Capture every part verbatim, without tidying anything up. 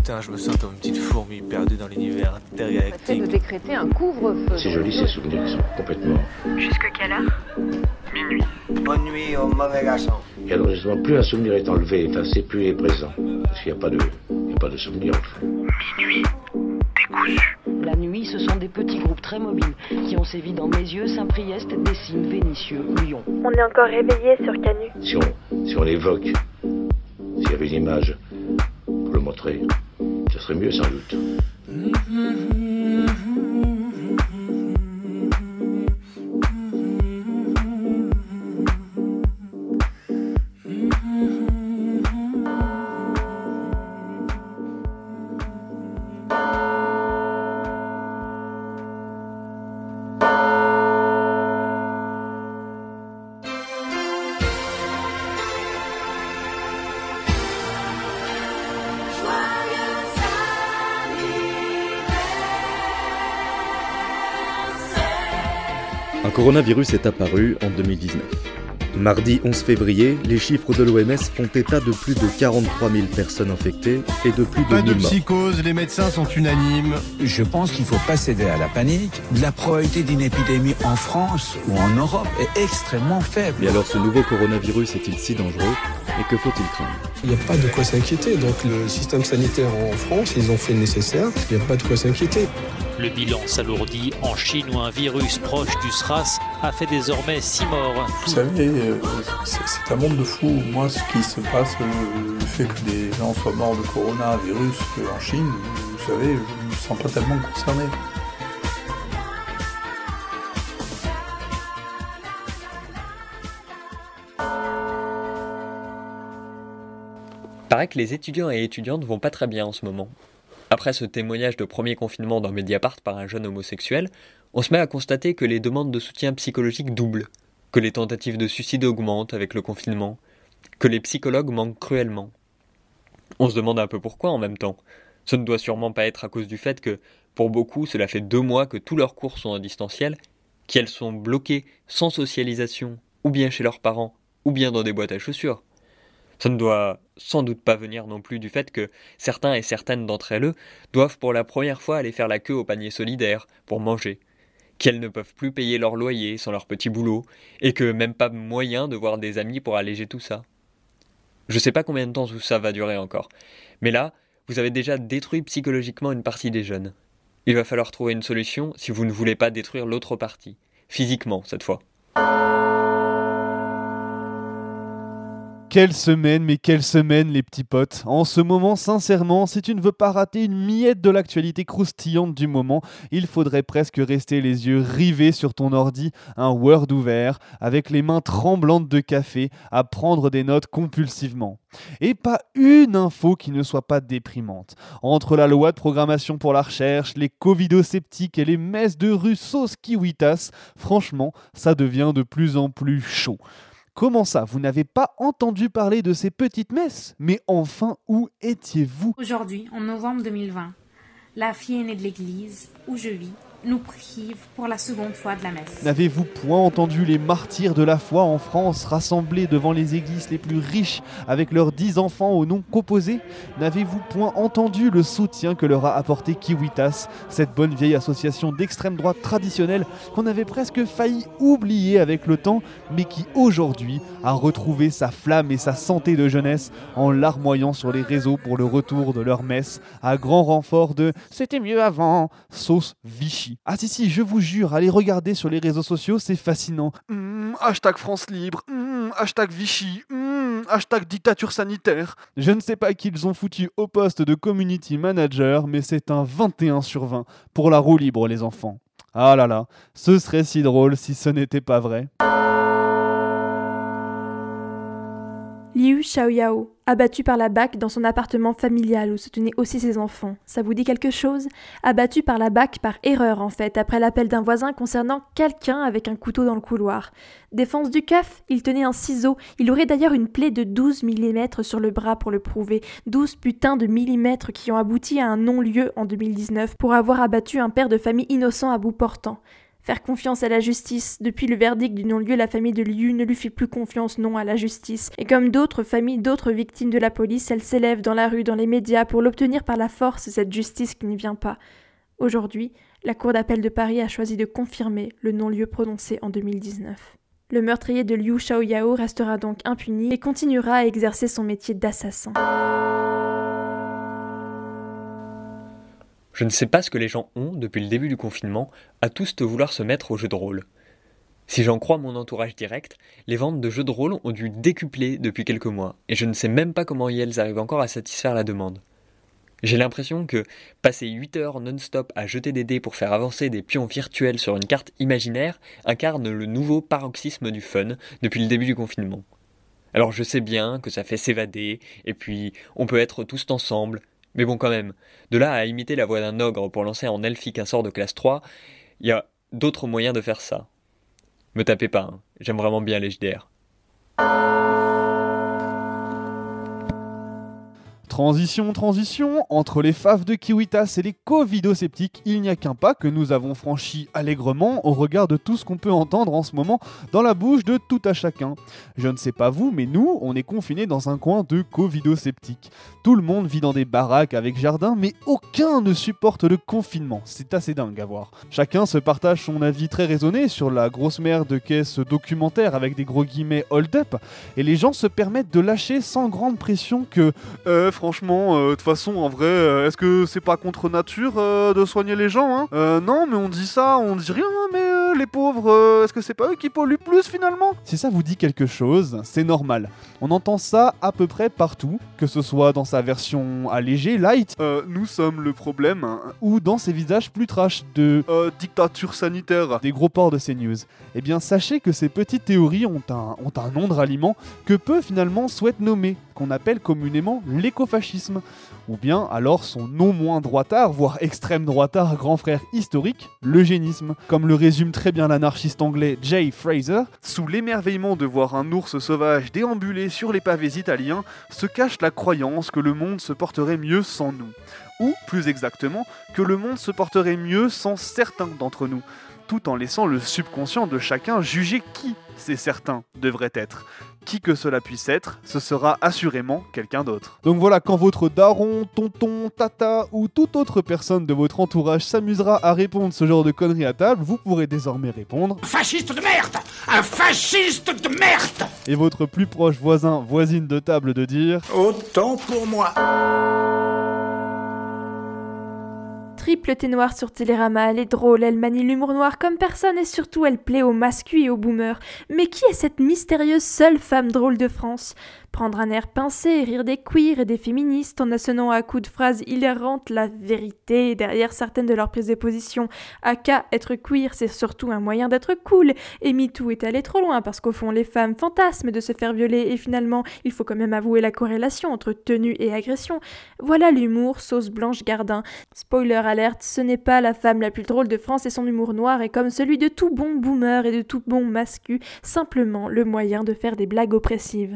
Putain, je me sens comme une petite fourmi perdue dans l'univers intergalactique. De décréter un couvre-feu. C'est joli ces souvenirs qui sont complètement... Jusque quelle heure? Minuit. Bonne nuit au mauvais garçon. Et alors justement, plus un souvenir est enlevé, effacé, plus il est présent. Parce qu'il n'y a pas de, il n'y a pas de souvenir en fait. Minuit. Décousu. La nuit, ce sont des petits groupes très mobiles qui ont sévi dans Mézieux, Saint-Priest, Dessines, Vénissieux, Lyon. On est encore réveillé sur Canu. Si on, si on l'évoque, s'il y avait une image pour le montrer, ce serait mieux sans doute. Un coronavirus est apparu en deux mille dix-neuf. Mardi onze février, les chiffres de l'O M S font état de plus de quarante-trois mille personnes infectées et de plus de Pas mille de morts. psychose, les médecins sont unanimes. Je pense qu'il ne faut pas céder à la panique. La probabilité d'une épidémie en France ou en Europe est extrêmement faible. Et alors ce nouveau coronavirus est-il si dangereux et que faut-il craindre ? Il n'y a pas de quoi s'inquiéter. Donc le système sanitaire en France, ils ont fait le nécessaire. Il n'y a pas de quoi s'inquiéter. Le bilan s'alourdit en Chine où un virus proche du SRAS a fait désormais six morts. Vous savez, c'est, c'est un monde de fous. Moi, ce qui se passe, le, le fait que des gens soient morts de coronavirus en Chine, vous savez, je ne me sens pas tellement concerné. Paraît que les étudiants et étudiantes vont pas très bien en ce moment. Après ce témoignage de premier confinement dans Mediapart par un jeune homosexuel, on se met à constater que les demandes de soutien psychologique doublent, que les tentatives de suicide augmentent avec le confinement, que les psychologues manquent cruellement. On se demande un peu pourquoi en même temps. Ce ne doit sûrement pas être à cause du fait que, pour beaucoup, cela fait deux mois que tous leurs cours sont en distanciel, qu'elles sont bloquées sans socialisation, ou bien chez leurs parents, ou bien dans des boîtes à chaussures. Ça ne doit sans doute pas venir non plus du fait que certains et certaines d'entre elles doivent pour la première fois aller faire la queue au panier solidaire pour manger, qu'elles ne peuvent plus payer leur loyer sans leur petit boulot, et que même pas moyen de voir des amis pour alléger tout ça. Je sais pas combien de temps tout ça va durer encore, mais là, vous avez déjà détruit psychologiquement une partie des jeunes. Il va falloir trouver une solution si vous ne voulez pas détruire l'autre partie, physiquement cette fois. Quelle semaine, mais quelle semaine les petits potes. En ce moment, sincèrement, si tu ne veux pas rater une miette de l'actualité croustillante du moment, il faudrait presque rester les yeux rivés sur ton ordi, un Word ouvert, avec les mains tremblantes de café, à prendre des notes compulsivement. Et pas une info qui ne soit pas déprimante. Entre la loi de programmation pour la recherche, les covidosceptiques et les messes de rue sauce kiwitas, franchement, ça devient de plus en plus chaud. Comment ça, vous n'avez pas entendu parler de ces petites messes ? Mais enfin, où étiez-vous ? Aujourd'hui, en novembre deux mille vingt, la fille aînée de l'église où je vis nous prive pour la seconde fois de la messe. N'avez-vous point entendu les martyrs de la foi en France rassemblés devant les églises les plus riches avec leurs dix enfants au nom composé ? N'avez-vous point entendu le soutien que leur a apporté Kiwitas, cette bonne vieille association d'extrême droite traditionnelle qu'on avait presque failli oublier avec le temps, mais qui aujourd'hui a retrouvé sa flamme et sa santé de jeunesse en larmoyant sur les réseaux pour le retour de leur messe à grand renfort de « c'était mieux avant » sauce Vichy. Ah si si, je vous jure, allez regarder sur les réseaux sociaux, c'est fascinant. Mmh, hashtag France Libre, mmh, hashtag Vichy, mmh, hashtag dictature sanitaire. Je ne sais pas qui ils ont foutu au poste de community manager, mais c'est un vingt et un sur vingt pour la roue libre les enfants. Ah là là, ce serait si drôle si ce n'était pas vrai. Liu Xiaoyao, abattu par la B A C dans son appartement familial où se tenaient aussi ses enfants. Ça vous dit quelque chose ? Abattu par la B A C par erreur en fait, après l'appel d'un voisin concernant quelqu'un avec un couteau dans le couloir. Défense du C A F, il tenait un ciseau. Il aurait d'ailleurs une plaie de douze millimètres sur le bras pour le prouver. douze putains de millimètres qui ont abouti à un non-lieu en deux mille dix-neuf pour avoir abattu un père de famille innocent à bout portant. Faire confiance à la justice. Depuis le verdict du non-lieu, la famille de Liu ne lui fait plus confiance non à la justice. Et comme d'autres familles, d'autres victimes de la police, elle s'élève dans la rue, dans les médias, pour l'obtenir par la force, cette justice qui n'y vient pas. Aujourd'hui, la Cour d'appel de Paris a choisi de confirmer le non-lieu prononcé en deux mille dix-neuf. Le meurtrier de Liu Xiaoyao restera donc impuni et continuera à exercer son métier d'assassin. Je ne sais pas ce que les gens ont, depuis le début du confinement, à tous de vouloir se mettre aux jeux de rôle. Si j'en crois mon entourage direct, les ventes de jeux de rôle ont dû décupler depuis quelques mois, et je ne sais même pas comment elles arrivent encore à satisfaire la demande. J'ai l'impression que passer huit heures non-stop à jeter des dés pour faire avancer des pions virtuels sur une carte imaginaire incarne le nouveau paroxysme du fun depuis le début du confinement. Alors je sais bien que ça fait s'évader, et puis on peut être tous ensemble, mais bon quand même, de là à imiter la voix d'un ogre pour lancer en elfique un sort de classe trois, il y a d'autres moyens de faire ça. Me tapez pas, hein. J'aime vraiment bien les J D R. Transition, transition, entre les faves de Kiwitas et les covidosceptiques, il n'y a qu'un pas que nous avons franchi allègrement au regard de tout ce qu'on peut entendre en ce moment dans la bouche de tout à chacun. Je ne sais pas vous, mais nous, on est confinés dans un coin de covidosceptiques. Tout le monde vit dans des baraques avec jardin, mais aucun ne supporte le confinement. C'est assez dingue à voir. Chacun se partage son avis très raisonné sur la grosse merde qu'est ce documentaire avec des gros guillemets hold up, et les gens se permettent de lâcher sans grande pression que euh, franchement, de euh, toute façon, en vrai, euh, est-ce que c'est pas contre nature euh, de soigner les gens, hein euh, Non, mais on dit ça, on dit rien, mais euh, les pauvres, euh, est-ce que c'est pas eux qui polluent plus finalement ? Si ça vous dit quelque chose, c'est normal. On entend ça à peu près partout, que ce soit dans sa version allégée, light, euh, nous sommes le problème, hein, ou dans ses visages plus trash de euh, dictature sanitaire, des gros ports de CNews. Eh bien, sachez que ces petites théories ont un, ont un nom de ralliement que peu finalement souhaitent nommer, qu'on appelle communément l'écofascisme, ou bien alors son non moins droitard, voire extrême droitard grand frère historique, l'eugénisme. Comme le résume très bien l'anarchiste anglais Jay Fraser, sous l'émerveillement de voir un ours sauvage déambuler sur les pavés italiens, se cache la croyance que le monde se porterait mieux sans nous. Ou, plus exactement, que le monde se porterait mieux sans certains d'entre nous, tout en laissant le subconscient de chacun juger qui ces certains devraient être. Qui que cela puisse être, ce sera assurément quelqu'un d'autre. Donc voilà, quand votre daron, tonton, tata ou toute autre personne de votre entourage s'amusera à répondre ce genre de conneries à table, vous pourrez désormais répondre « Fasciste de merde ! Un fasciste de merde !» Et votre plus proche voisin, voisine de table de dire « Autant pour moi !» Triple thé noir sur Télérama, elle est drôle, elle manie l'humour noir comme personne et surtout elle plaît aux masculins et aux boomers. Mais qui est cette mystérieuse seule femme drôle de France ? Prendre un air pincé et rire des queers et des féministes en assonnant à coups de phrases hilarantes la vérité derrière certaines de leurs prises de position. Aka, être queer, c'est surtout un moyen d'être cool. Et MeToo est allé trop loin parce qu'au fond, les femmes fantasment de se faire violer et finalement, il faut quand même avouer la corrélation entre tenue et agression. Voilà l'humour, sauce Blanche Gardin. Spoiler alerte, ce n'est pas la femme la plus drôle de France et son humour noir est comme celui de tout bon boomer et de tout bon mascu, simplement le moyen de faire des blagues oppressives.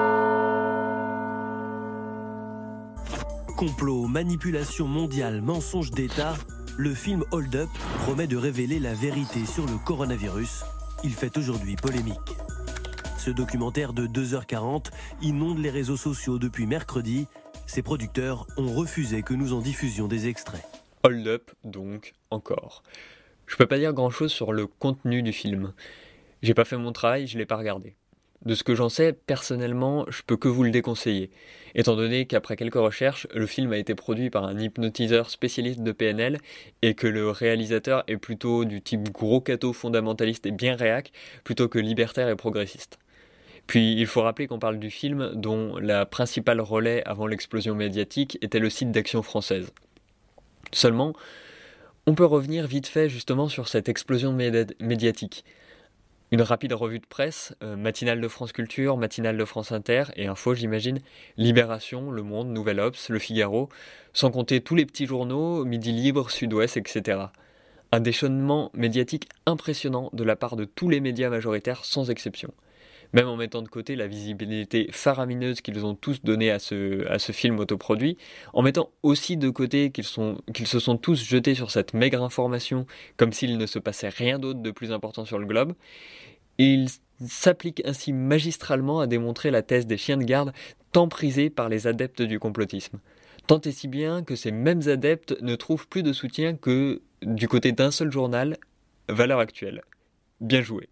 Complot, manipulation mondiale, mensonge d'État, le film Hold Up promet de révéler la vérité sur le coronavirus. Il fait aujourd'hui polémique. Ce documentaire de deux heures quarante inonde les réseaux sociaux depuis mercredi. Ses producteurs ont refusé que nous en diffusions des extraits. Hold Up, donc, encore. Je peux pas dire grand-chose sur le contenu du film. J'ai pas fait mon travail, je l'ai pas regardé. De ce que j'en sais, personnellement, je peux que vous le déconseiller, étant donné qu'après quelques recherches, le film a été produit par un hypnotiseur spécialiste de P N L et que le réalisateur est plutôt du type gros catho fondamentaliste et bien réac, plutôt que libertaire et progressiste. Puis il faut rappeler qu'on parle du film dont la principale relais avant l'explosion médiatique était le site d'Action Française. Seulement, on peut revenir vite fait justement sur cette explosion médi- médiatique. Une rapide revue de presse, euh, matinale de France Culture, matinale de France Inter et Info j'imagine, Libération, Le Monde, Nouvel Obs, Le Figaro, sans compter tous les petits journaux, Midi Libre, Sud-Ouest, et cetera. Un déchaînement médiatique impressionnant de la part de tous les médias majoritaires sans exception. même en mettant de côté la visibilité faramineuse qu'ils ont tous donnée à ce, à ce film autoproduit, en mettant aussi de côté qu'ils, sont, qu'ils se sont tous jetés sur cette maigre information comme s'il ne se passait rien d'autre de plus important sur le globe. Ils s'appliquent ainsi magistralement à démontrer la thèse des chiens de garde tant prisée par les adeptes du complotisme. Tant et si bien que ces mêmes adeptes ne trouvent plus de soutien que du côté d'un seul journal, Valeurs Actuelles. Bien joué.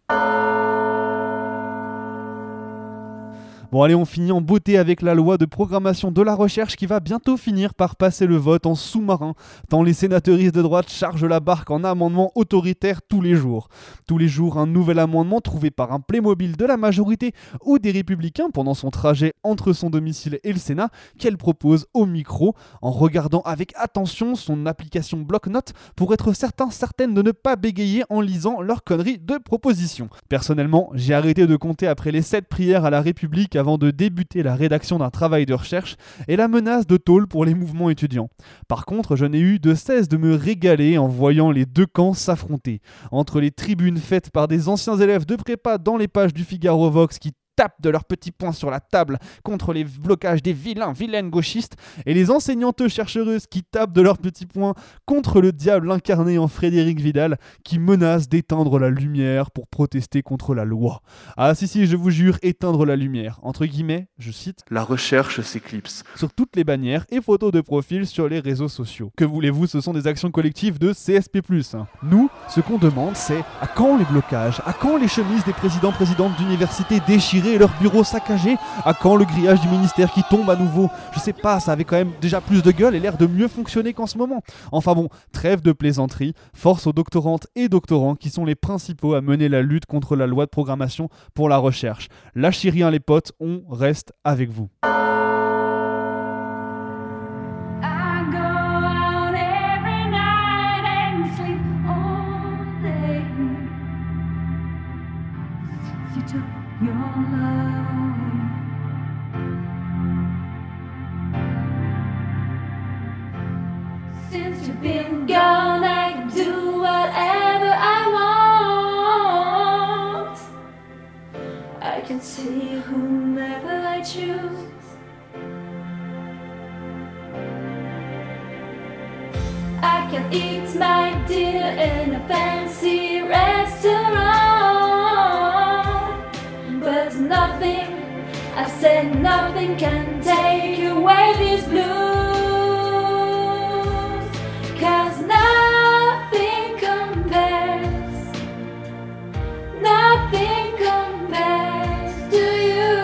Bon allez, on finit en beauté avec la loi de programmation de la recherche qui va bientôt finir par passer le vote en sous-marin, tant les sénateuristes de droite chargent la barque en amendements autoritaires tous les jours. Tous les jours, un nouvel amendement trouvé par un Playmobil de la majorité ou des Républicains pendant son trajet entre son domicile et le Sénat, qu'elle propose au micro, en regardant avec attention son application bloc-notes pour être certain, certaine de ne pas bégayer en lisant leurs conneries de propositions. Personnellement, j'ai arrêté de compter après les sept prières à la République avant de débuter la rédaction d'un travail de recherche et la menace de tôle pour les mouvements étudiants. Par contre, je n'ai eu de cesse de me régaler en voyant les deux camps s'affronter. Entre les tribunes faites par des anciens élèves de prépa dans les pages du Figaro Vox qui tapent de leurs petits poings sur la table contre les blocages des vilains, vilaines gauchistes et les enseignantes chercheuses qui tapent de leurs petits poings contre le diable incarné en Frédéric Vidal qui menace d'éteindre la lumière pour protester contre la loi. Ah si si, je vous jure, éteindre la lumière. Entre guillemets, je cite, la recherche s'éclipse sur toutes les bannières et photos de profil sur les réseaux sociaux. Que voulez-vous, ce sont des actions collectives de C S P plus. Nous, ce qu'on demande, c'est à quand les blocages, à quand les chemises des présidents-présidentes d'universités déchirées et leurs bureaux saccagés, à quand le grillage du ministère qui tombe à nouveau? Je sais pas, ça avait quand même déjà plus de gueule et l'air de mieux fonctionner qu'en ce moment. Enfin bon, trêve de plaisanterie, force aux doctorantes et doctorants qui sont les principaux à mener la lutte contre la loi de programmation pour la recherche. Lâchez rien les potes, on reste avec vous. Your love. Since you've been gone, I do whatever I want. I can see whomever I choose. I can eat my dinner in a fancy restaurant. But nothing, I said nothing can take away these blues. Cause nothing compares, nothing compares to you.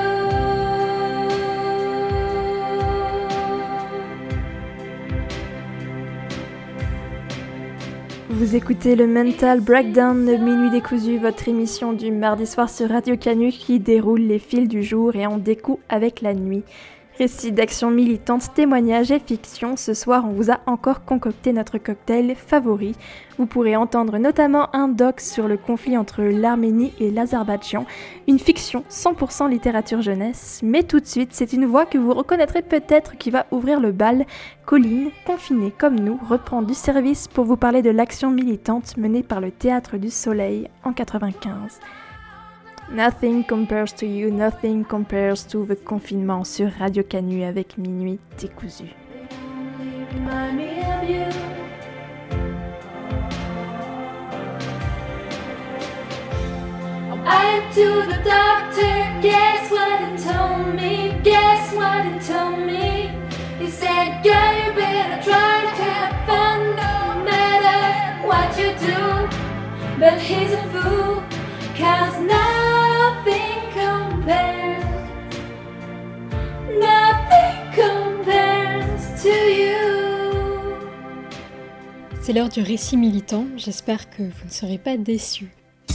Vous écoutez le Mental Breakdown de Minuit décousu, votre émission du mardi soir sur Radio Canu qui déroule les fils du jour et en découd avec la nuit. Récits d'actions militantes, témoignages et fiction, ce soir on vous a encore concocté notre cocktail favori. Vous pourrez entendre notamment un doc sur le conflit entre l'Arménie et l'Azerbaïdjan, une fiction cent pour cent littérature jeunesse, mais tout de suite c'est une voix que vous reconnaîtrez peut-être qui va ouvrir le bal. Colline, confinée comme nous, reprend du service pour vous parler de l'action militante menée par le Théâtre du Soleil en quatre-vingt-quinze. Nothing compares to you, nothing compares to the confinement sur Radio Canu avec Minuit décousu. Remind me of you. I went to the doctor, guess what he told me, guess what he told me. He said, girl, you better try to have fun no matter what you do. But he's a fool, cause nothing compares, nothing compares to you. C'est l'heure du récit militant, j'espère que vous ne serez pas déçus.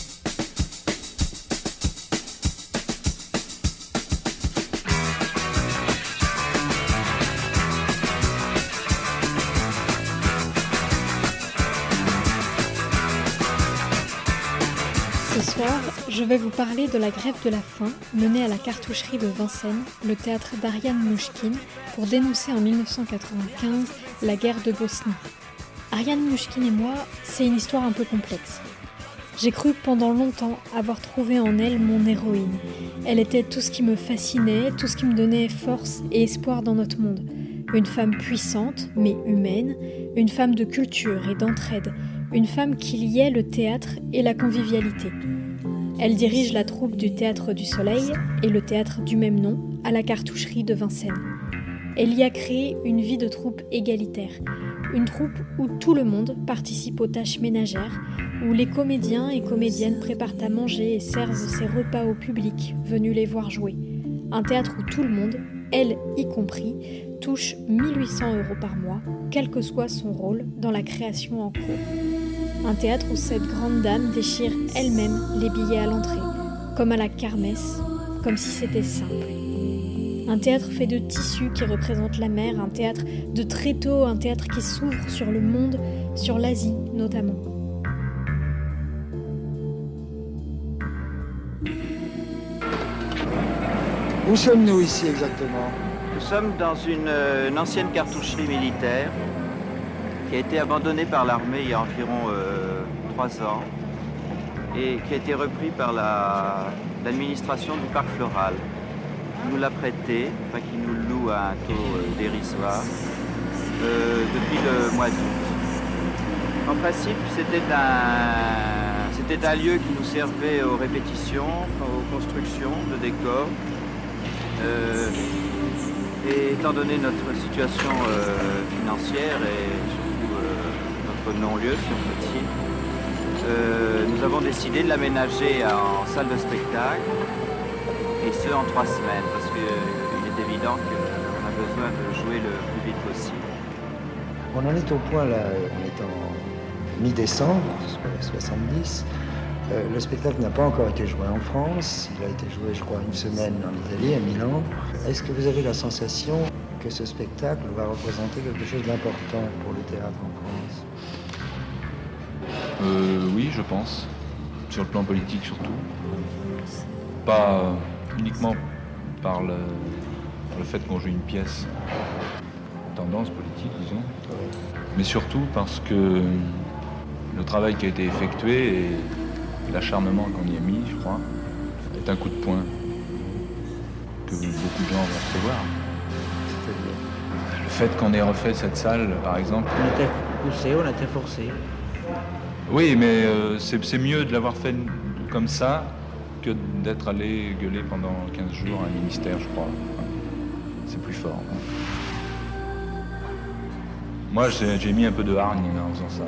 Ce soir, je vais vous parler de la grève de la faim menée à la cartoucherie de Vincennes, le théâtre d'Ariane Mnouchkine, pour dénoncer en mille neuf cent quatre-vingt-quinze la guerre de Bosnie. Ariane Mnouchkine et moi, c'est une histoire un peu complexe. J'ai cru pendant longtemps avoir trouvé en elle mon héroïne. Elle était tout ce qui me fascinait, tout ce qui me donnait force et espoir dans notre monde. Une femme puissante, mais humaine, une femme de culture et d'entraide, une femme qui liait le théâtre et la convivialité. Elle dirige la troupe du Théâtre du Soleil et le théâtre du même nom à la Cartoucherie de Vincennes. Elle y a créé une vie de troupe égalitaire, une troupe où tout le monde participe aux tâches ménagères, où les comédiens et comédiennes préparent à manger et servent ses repas au public venu les voir jouer. Un théâtre où tout le monde, elle y compris, touche mille huit cents euros par mois, quel que soit son rôle dans la création en cours. Un théâtre où cette grande dame déchire elle-même les billets à l'entrée, comme à la kermesse, comme si c'était simple. Un théâtre fait de tissus qui représentent la mer, un théâtre de tréteaux, un théâtre qui s'ouvre sur le monde, sur l'Asie notamment. Où sommes-nous ici exactement? Nous sommes dans une, une ancienne cartoucherie militaire qui a été abandonnée par l'armée il y a environ euh, trois ans et qui a été repris par la, l'administration du parc floral. Qui nous l'a prêté, enfin qui nous le loue à un taux euh, dérisoire euh, depuis le mois d'août. En principe, c'était un, c'était un lieu qui nous servait aux répétitions, aux constructions de décors. Euh, et étant donné notre situation euh, financière et surtout euh, notre non-lieu, si on peut dire, euh, nous avons décidé de l'aménager en salle de spectacle, et ce en trois semaines, parce qu'il est évident qu'on a besoin de jouer le plus vite possible. On en est au point là, on est en mi-décembre, soixante-dix. Euh, le spectacle n'a pas encore été joué en France, il a été joué je crois une semaine en Italie, à Milan. Est-ce que vous avez la sensation que ce spectacle va représenter quelque chose d'important pour le théâtre en France? euh, Oui, je pense, sur le plan politique surtout. Pas euh, uniquement par le, par le fait qu'on joue une pièce tendance politique, disons, mais surtout parce que le travail qui a été effectué et l'acharnement qu'on y a mis, je crois, est un coup de poing que beaucoup de gens vont recevoir. Le fait qu'on ait refait cette salle, par exemple... On était poussé, on était forcé. Oui, mais euh, c'est, c'est mieux de l'avoir fait comme ça que d'être allé gueuler pendant quinze jours à un ministère, je crois. C'est plus fort. Hein. Moi, j'ai, j'ai mis un peu de hargne en faisant ça.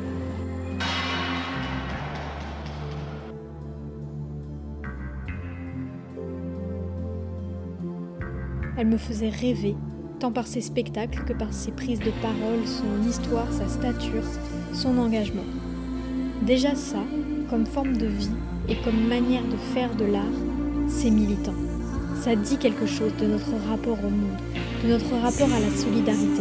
Elle me faisait rêver, tant par ses spectacles que par ses prises de parole, son histoire, sa stature, son engagement. Déjà ça, comme forme de vie et comme manière de faire de l'art, c'est militant. Ça dit quelque chose de notre rapport au monde, de notre rapport à la solidarité.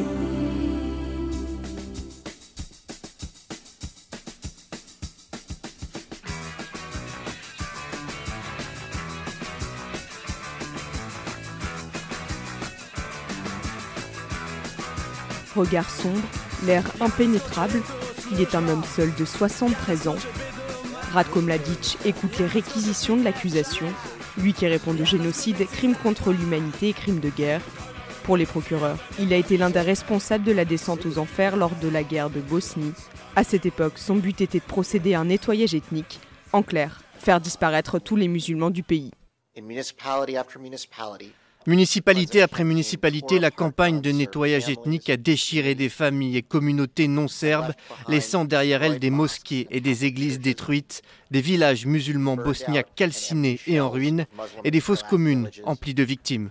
Regard sombre, l'air impénétrable, il est un homme seul de soixante-treize ans. Ratko Mladic écoute les réquisitions de l'accusation, lui qui répond de génocide, crime contre l'humanité et crime de guerre. Pour les procureurs, il a été l'un des responsables de la descente aux enfers lors de la guerre de Bosnie. À cette époque, son but était de procéder à un nettoyage ethnique, en clair, faire disparaître tous les musulmans du pays. Municipalité après municipalité, la campagne de nettoyage ethnique a déchiré des familles et communautés non serbes, laissant derrière elles des mosquées et des églises détruites, des villages musulmans bosniaques calcinés et en ruine, et des fosses communes emplies de victimes.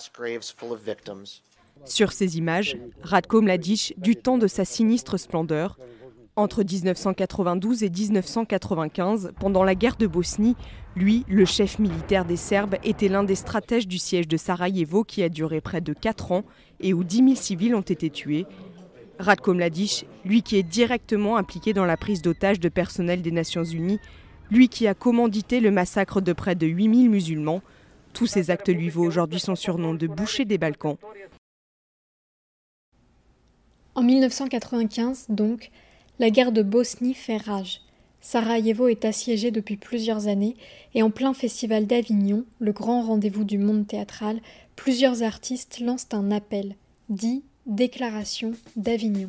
Sur ces images, Ratko Mladic, du temps de sa sinistre splendeur, entre dix-neuf cent quatre-vingt-douze et dix-neuf cent quatre-vingt-quinze, pendant la guerre de Bosnie, lui, le chef militaire des Serbes, était l'un des stratèges du siège de Sarajevo qui a duré près de quatre ans et où dix mille civils ont été tués. Ratko Mladic, lui qui est directement impliqué dans la prise d'otages de personnel des Nations Unies, lui qui a commandité le massacre de près de huit mille musulmans, tous ces actes lui vaut aujourd'hui son surnom de boucher des Balkans. En mille neuf cent quatre-vingt-quinze, donc, la guerre de Bosnie fait rage. Sarajevo est assiégé depuis plusieurs années et en plein festival d'Avignon, le grand rendez-vous du monde théâtral, plusieurs artistes lancent un appel, dit Déclaration d'Avignon.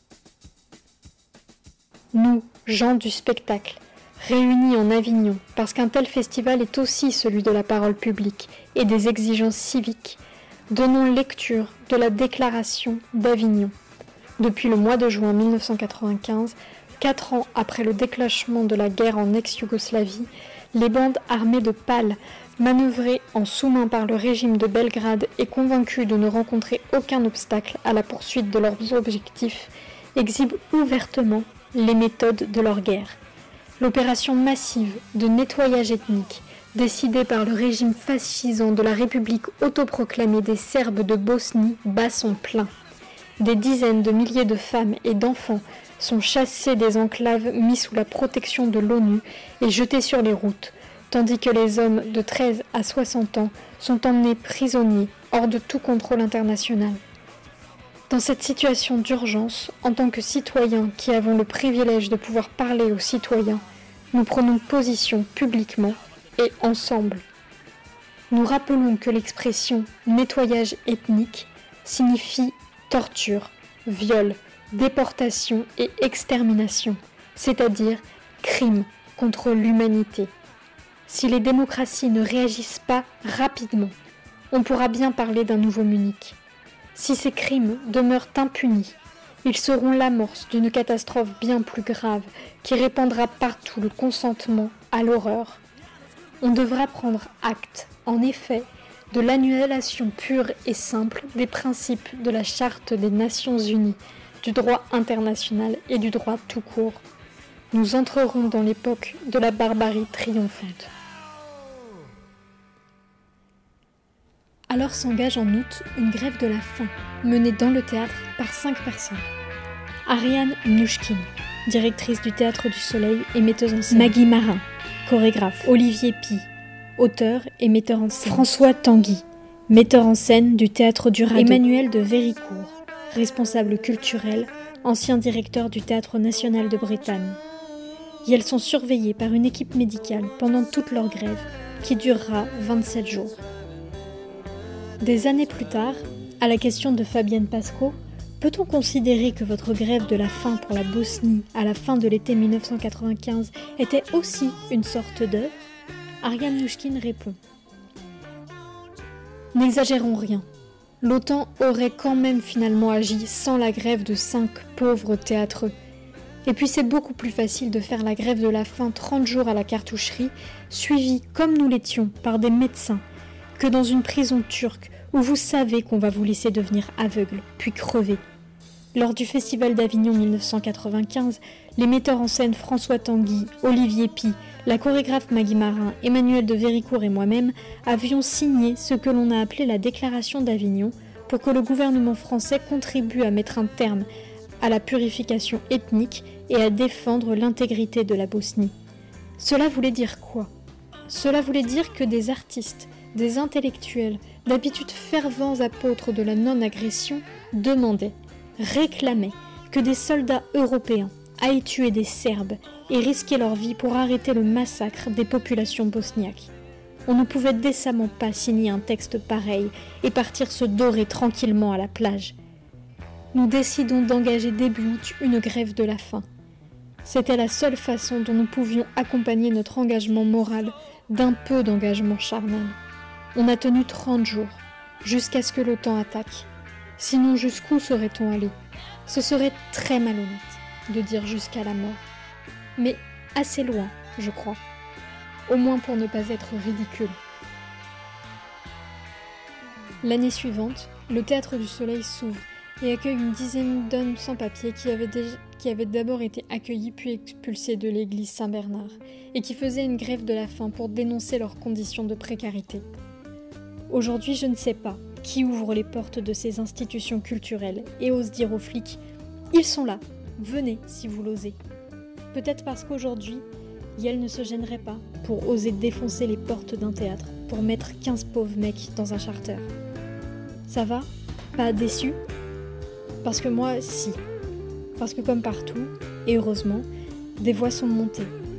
Nous, gens du spectacle, réunis en Avignon, parce qu'un tel festival est aussi celui de la parole publique et des exigences civiques, donnons lecture de la Déclaration d'Avignon. Depuis le mois de juin mille neuf cent quatre-vingt-quinze, quatre ans après le déclenchement de la guerre en ex-Yougoslavie, les bandes armées de pâles, manœuvrées en sous-main par le régime de Belgrade et convaincues de ne rencontrer aucun obstacle à la poursuite de leurs objectifs, exhibent ouvertement les méthodes de leur guerre. L'opération massive de nettoyage ethnique, décidée par le régime fascisant de la République autoproclamée des Serbes de Bosnie, bat son plein. Des dizaines de milliers de femmes et d'enfants sont chassés des enclaves mis sous la protection de l'ONU et jetés sur les routes, tandis que les hommes de treize à soixante ans sont emmenés prisonniers hors de tout contrôle international. Dans cette situation d'urgence, en tant que citoyens qui avons le privilège de pouvoir parler aux citoyens, nous prenons position publiquement et ensemble. Nous rappelons que l'expression « nettoyage ethnique » signifie torture, viol, déportation et extermination, c'est-à-dire crime contre l'humanité. Si les démocraties ne réagissent pas rapidement, on pourra bien parler d'un nouveau Munich. Si ces crimes demeurent impunis, ils seront l'amorce d'une catastrophe bien plus grave qui répandra partout le consentement à l'horreur. On devra prendre acte, en effet, de l'annulation pure et simple des principes de la Charte des Nations Unies, du droit international et du droit tout court. Nous entrerons dans l'époque de la barbarie triomphante. Alors s'engage en août une grève de la faim, menée dans le théâtre par cinq personnes. Ariane Mnouchkine, directrice du Théâtre du Soleil et metteuse en scène. Maggie Marin, chorégraphe. Olivier Pi, auteur et metteur en scène. François Tanguy, metteur en scène du Théâtre du Radeau. Emmanuel de Véricourt, responsable culturel, ancien directeur du Théâtre national de Bretagne. Et elles sont surveillées par une équipe médicale pendant toute leur grève, qui durera vingt-sept jours. Des années plus tard, à la question de Fabienne Pasco, peut-on considérer que votre grève de la faim pour la Bosnie à la fin de l'été mille neuf cent quatre-vingt-quinze était aussi une sorte d'œuvre ? Ariane Mnouchkine répond. N'exagérons rien. L'OTAN aurait quand même finalement agi sans la grève de cinq pauvres théâtreux. Et puis c'est beaucoup plus facile de faire la grève de la faim trente jours à la cartoucherie, suivie, comme nous l'étions, par des médecins, que dans une prison turque où vous savez qu'on va vous laisser devenir aveugle, puis crever. Lors du Festival d'Avignon mille neuf cent quatre-vingt-quinze, les metteurs en scène François Tanguy, Olivier Pi, la chorégraphe Maggie Marin, Emmanuel de Véricourt et moi-même avions signé ce que l'on a appelé la Déclaration d'Avignon pour que le gouvernement français contribue à mettre un terme à la purification ethnique et à défendre l'intégrité de la Bosnie. Cela voulait dire quoi ? Cela voulait dire que des artistes, des intellectuels, d'habitude fervents apôtres de la non-agression, demandaient, réclamaient que des soldats européens aillent tuer des Serbes et risquer leur vie pour arrêter le massacre des populations bosniaques. On ne pouvait décemment pas signer un texte pareil et partir se dorer tranquillement à la plage. Nous décidons d'engager début août une grève de la faim. C'était la seule façon dont nous pouvions accompagner notre engagement moral d'un peu d'engagement charnel. On a tenu trente jours, jusqu'à ce que l'OTAN attaque. Sinon, jusqu'où serait-on allé ? Ce serait très malhonnête de dire jusqu'à la mort. Mais assez loin, je crois. Au moins pour ne pas être ridicule. L'année suivante, le Théâtre du Soleil s'ouvre et accueille une dizaine d'hommes sans-papiers qui avaient, déjà, qui avaient d'abord été accueillis puis expulsés de l'église Saint-Bernard et qui faisaient une grève de la faim pour dénoncer leurs conditions de précarité. Aujourd'hui, je ne sais pas qui ouvre les portes de ces institutions culturelles et ose dire aux flics « Ils sont là, venez si vous l'osez ». Peut-être parce qu'aujourd'hui, Yel ne se gênerait pas pour oser défoncer les portes d'un théâtre pour mettre quinze pauvres mecs dans un charter. Ça va ? Pas déçu ? Parce que moi, si. Parce que comme partout, et heureusement, des voix sont montées,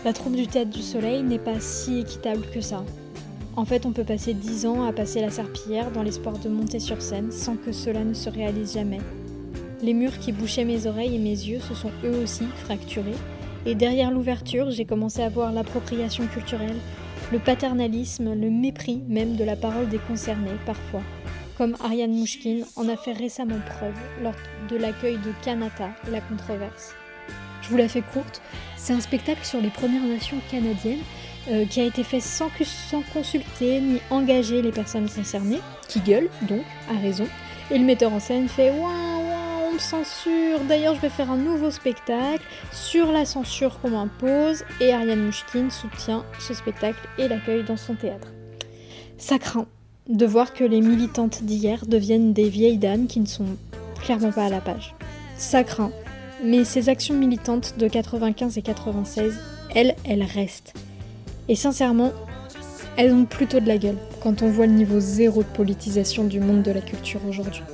La troupe du Théâtre du Soleil n'est pas si équitable que ça. En fait, on peut passer dix ans à passer la serpillière dans l'espoir de monter sur scène sans que cela ne se réalise jamais. Les murs qui bouchaient mes oreilles et mes yeux se sont eux aussi fracturés, et derrière l'ouverture, j'ai commencé à voir l'appropriation culturelle, le paternalisme, le mépris même de la parole des concernés, parfois, comme Ariane Mouchkine en a fait récemment preuve lors de l'accueil de Kanata, la controverse. Je vous la fais courte, c'est un spectacle sur les Premières Nations canadiennes euh, qui a été fait sans, sans consulter ni engager les personnes concernées, qui gueulent donc, à raison, et le metteur en scène fait « Ouin, ouin, on me censure, d'ailleurs je vais faire un nouveau spectacle sur la censure qu'on m'impose » et Ariane Mouchkine soutient ce spectacle et l'accueille dans son théâtre. Ça craint de voir que les militantes d'hier deviennent des vieilles dames qui ne sont clairement pas à la page. Ça craint. Mais ces actions militantes de quatre-vingt-quinze et quatre-vingt-seize, elles, elles restent. Et sincèrement, elles ont plutôt de la gueule quand on voit le niveau zéro de politisation du monde de la culture aujourd'hui.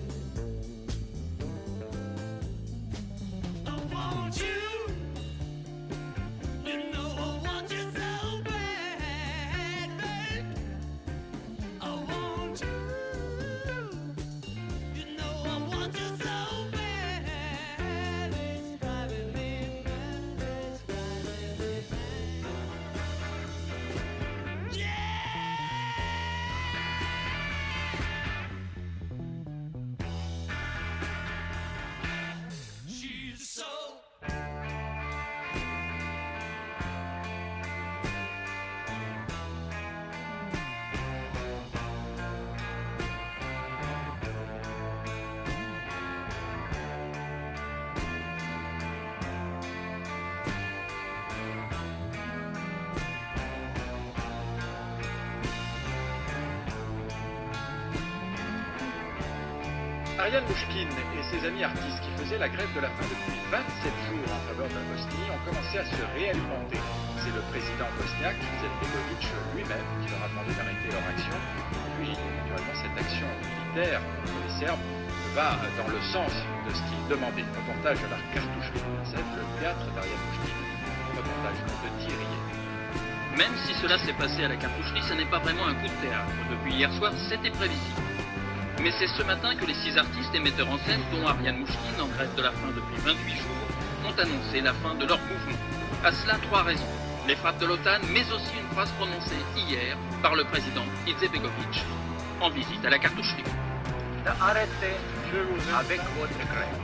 Ariane Mouchkine et ses amis artistes qui faisaient la grève de la faim depuis vingt-sept jours en faveur de la Bosnie ont commencé à se réalimenter. C'est le président bosniaque, Izetbegovic lui-même, qui leur a demandé d'arrêter leur action. Et puis, naturellement, cette action militaire contre les Serbes va dans le sens de ce qu'ils demandaient. Reportage à la cartoucherie de le théâtre d'Ariane Mouchkine. Reportage de Thierry. Même si cela s'est passé à la cartoucherie, ce n'est pas vraiment un coup de théâtre. Depuis hier soir, c'était prévisible. Mais c'est ce matin que les six artistes et metteurs en scène, dont Ariane Mouchkine, en grève de la faim depuis vingt-huit jours, ont annoncé la fin de leur mouvement. À cela, trois raisons. Les frappes de l'OTAN, mais aussi une phrase prononcée hier par le président Izetbegovic en visite à la cartoucherie. Arrêtez avec votre grève.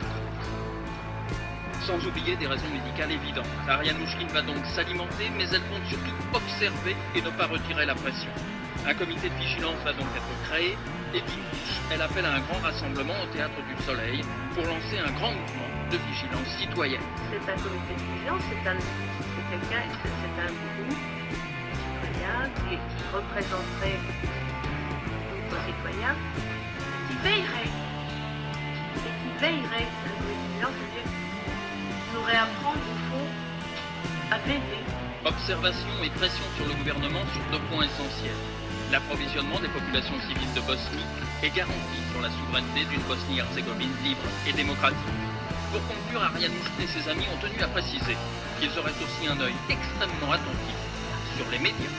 Sans oublier des raisons médicales évidentes. Ariane Mouchkine va donc s'alimenter, mais elle compte surtout observer et ne pas retirer la pression. Un comité de vigilance va donc être créé et dimanche, elle appelle à un grand rassemblement au Théâtre du Soleil pour lancer un grand mouvement de vigilance citoyenne. C'est un comité de vigilance, c'est un, c'est quelqu'un, c'est, c'est un groupe citoyen qui, qui représenterait d'autres citoyens, qui veillerait, et qui veillerait, le comité de vigilance, c'est-à-dire qui nous réapprendre au fond à veiller. Observation et pression sur le gouvernement sur deux points essentiels. L'approvisionnement des populations civiles de Bosnie est garanti sur la souveraineté d'une Bosnie-Herzégovine libre et démocratique. Pour conclure, Ariane Mouchkine et ses amis ont tenu à préciser qu'ils auraient aussi un œil extrêmement attentif sur les médias.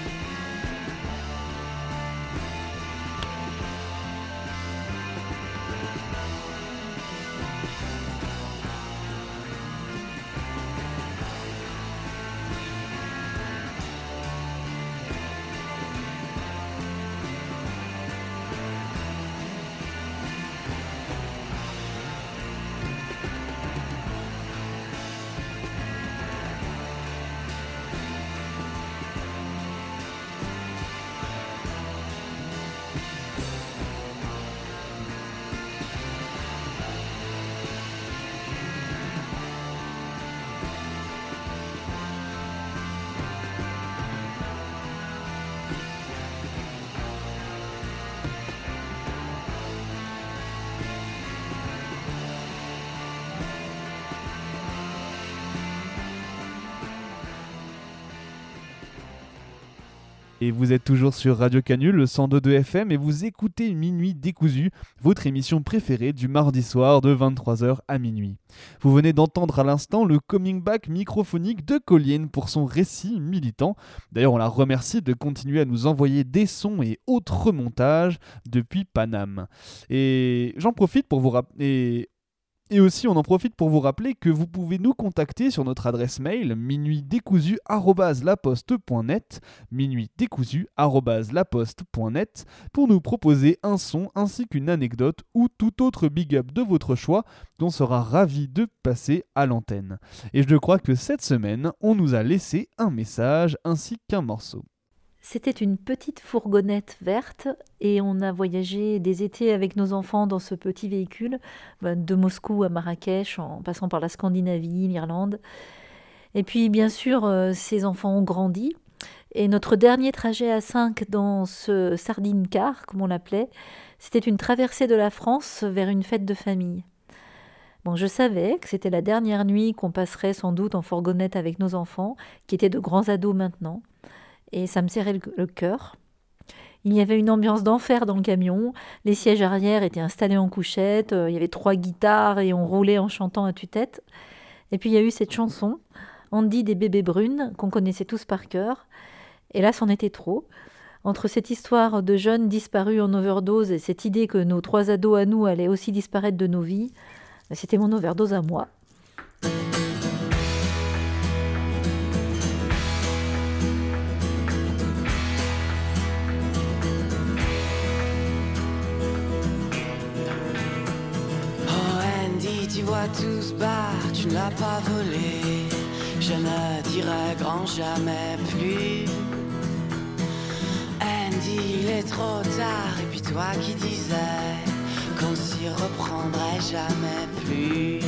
Et vous êtes toujours sur Radio Canule, le cent deux virgule deux F M, et vous écoutez Minuit décousu, votre émission préférée du mardi soir de vingt-trois heures à minuit. Vous venez d'entendre à l'instant le coming back microphonique de Colline pour son récit militant. D'ailleurs, on la remercie de continuer à nous envoyer des sons et autres remontages depuis Paname. Et j'en profite pour vous rappeler... Et aussi, on en profite pour vous rappeler que vous pouvez nous contacter sur notre adresse mail minuit décousu arobase laposte point net, minuit décousu arobase laposte point net, pour nous proposer un son ainsi qu'une anecdote ou tout autre big up de votre choix dont on sera ravi de passer à l'antenne. Et je crois que cette semaine, on nous a laissé un message ainsi qu'un morceau. C'était une petite fourgonnette verte et on a voyagé des étés avec nos enfants dans ce petit véhicule, de Moscou à Marrakech, en passant par la Scandinavie, l'Irlande. Et puis bien sûr, euh, ces enfants ont grandi. Et notre dernier trajet à cinq dans ce sardine-car, comme on l'appelait, c'était une traversée de la France vers une fête de famille. Bon, je savais que c'était la dernière nuit qu'on passerait sans doute en fourgonnette avec nos enfants, qui étaient de grands ados maintenant. Et ça me serrait le, le cœur. Il y avait une ambiance d'enfer dans le camion, les sièges arrière étaient installés en couchette, euh, il y avait trois guitares et on roulait en chantant à tue-tête. Et puis il y a eu cette chanson, Andy des bébés brunes, qu'on connaissait tous par cœur. Et là, c'en était trop. Entre cette histoire de jeunes disparus en overdose et cette idée que nos trois ados à nous allaient aussi disparaître de nos vies, c'était mon overdose à moi. Tu vois tout se battre, tu ne l'as pas volé. Je ne dirai grand jamais plus. Andy, il est trop tard. Et puis toi qui disais qu'on ne s'y reprendrait jamais plus.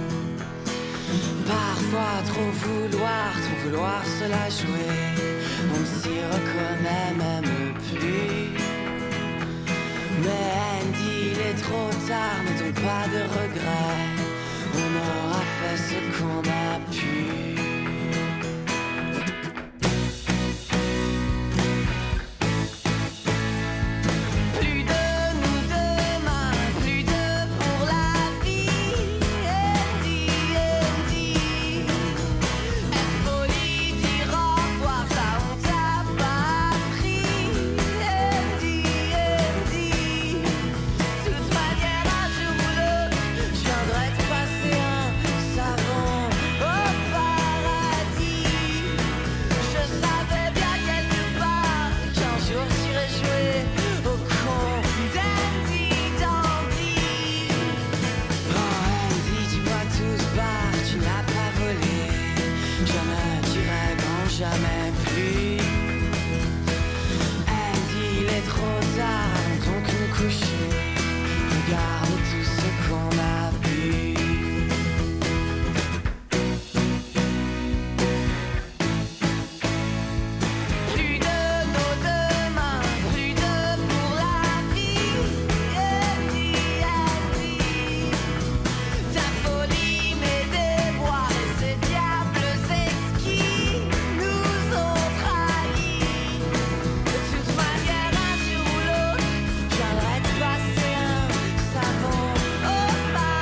Parfois trop vouloir, trop vouloir se la jouer. On ne s'y reconnaît même plus. Mais Andy, il est trop tard, mais donc pas de regret. On aura fait ce qu'on a pu. Plus de nous demain, plus de pour la vie. Andy, Andy, être poli, dire au revoir, ça on t'a pas appris. Andy, Andy, toute manière un jour ou l'autre, je viendrai te passer un savon au paradis. Je savais bien quelque part qu'un jour j'irais jouer au con d'Andy Dandy. Oh Andy, tu vois tout se battre, tu n'as pas volé. Je ne dirai grand jamais plus. Andy, il est trop tard, allons donc nous coucher. Regarde tout ce qu'on a bu. Plus de nos demain, plus de pour la vie. Andy, Andy, ta folie, mes déboires et ces diables exquis nous ont trahis. De toute manière, un jour ou l'autre, je viendrai te passer un savon au paradis.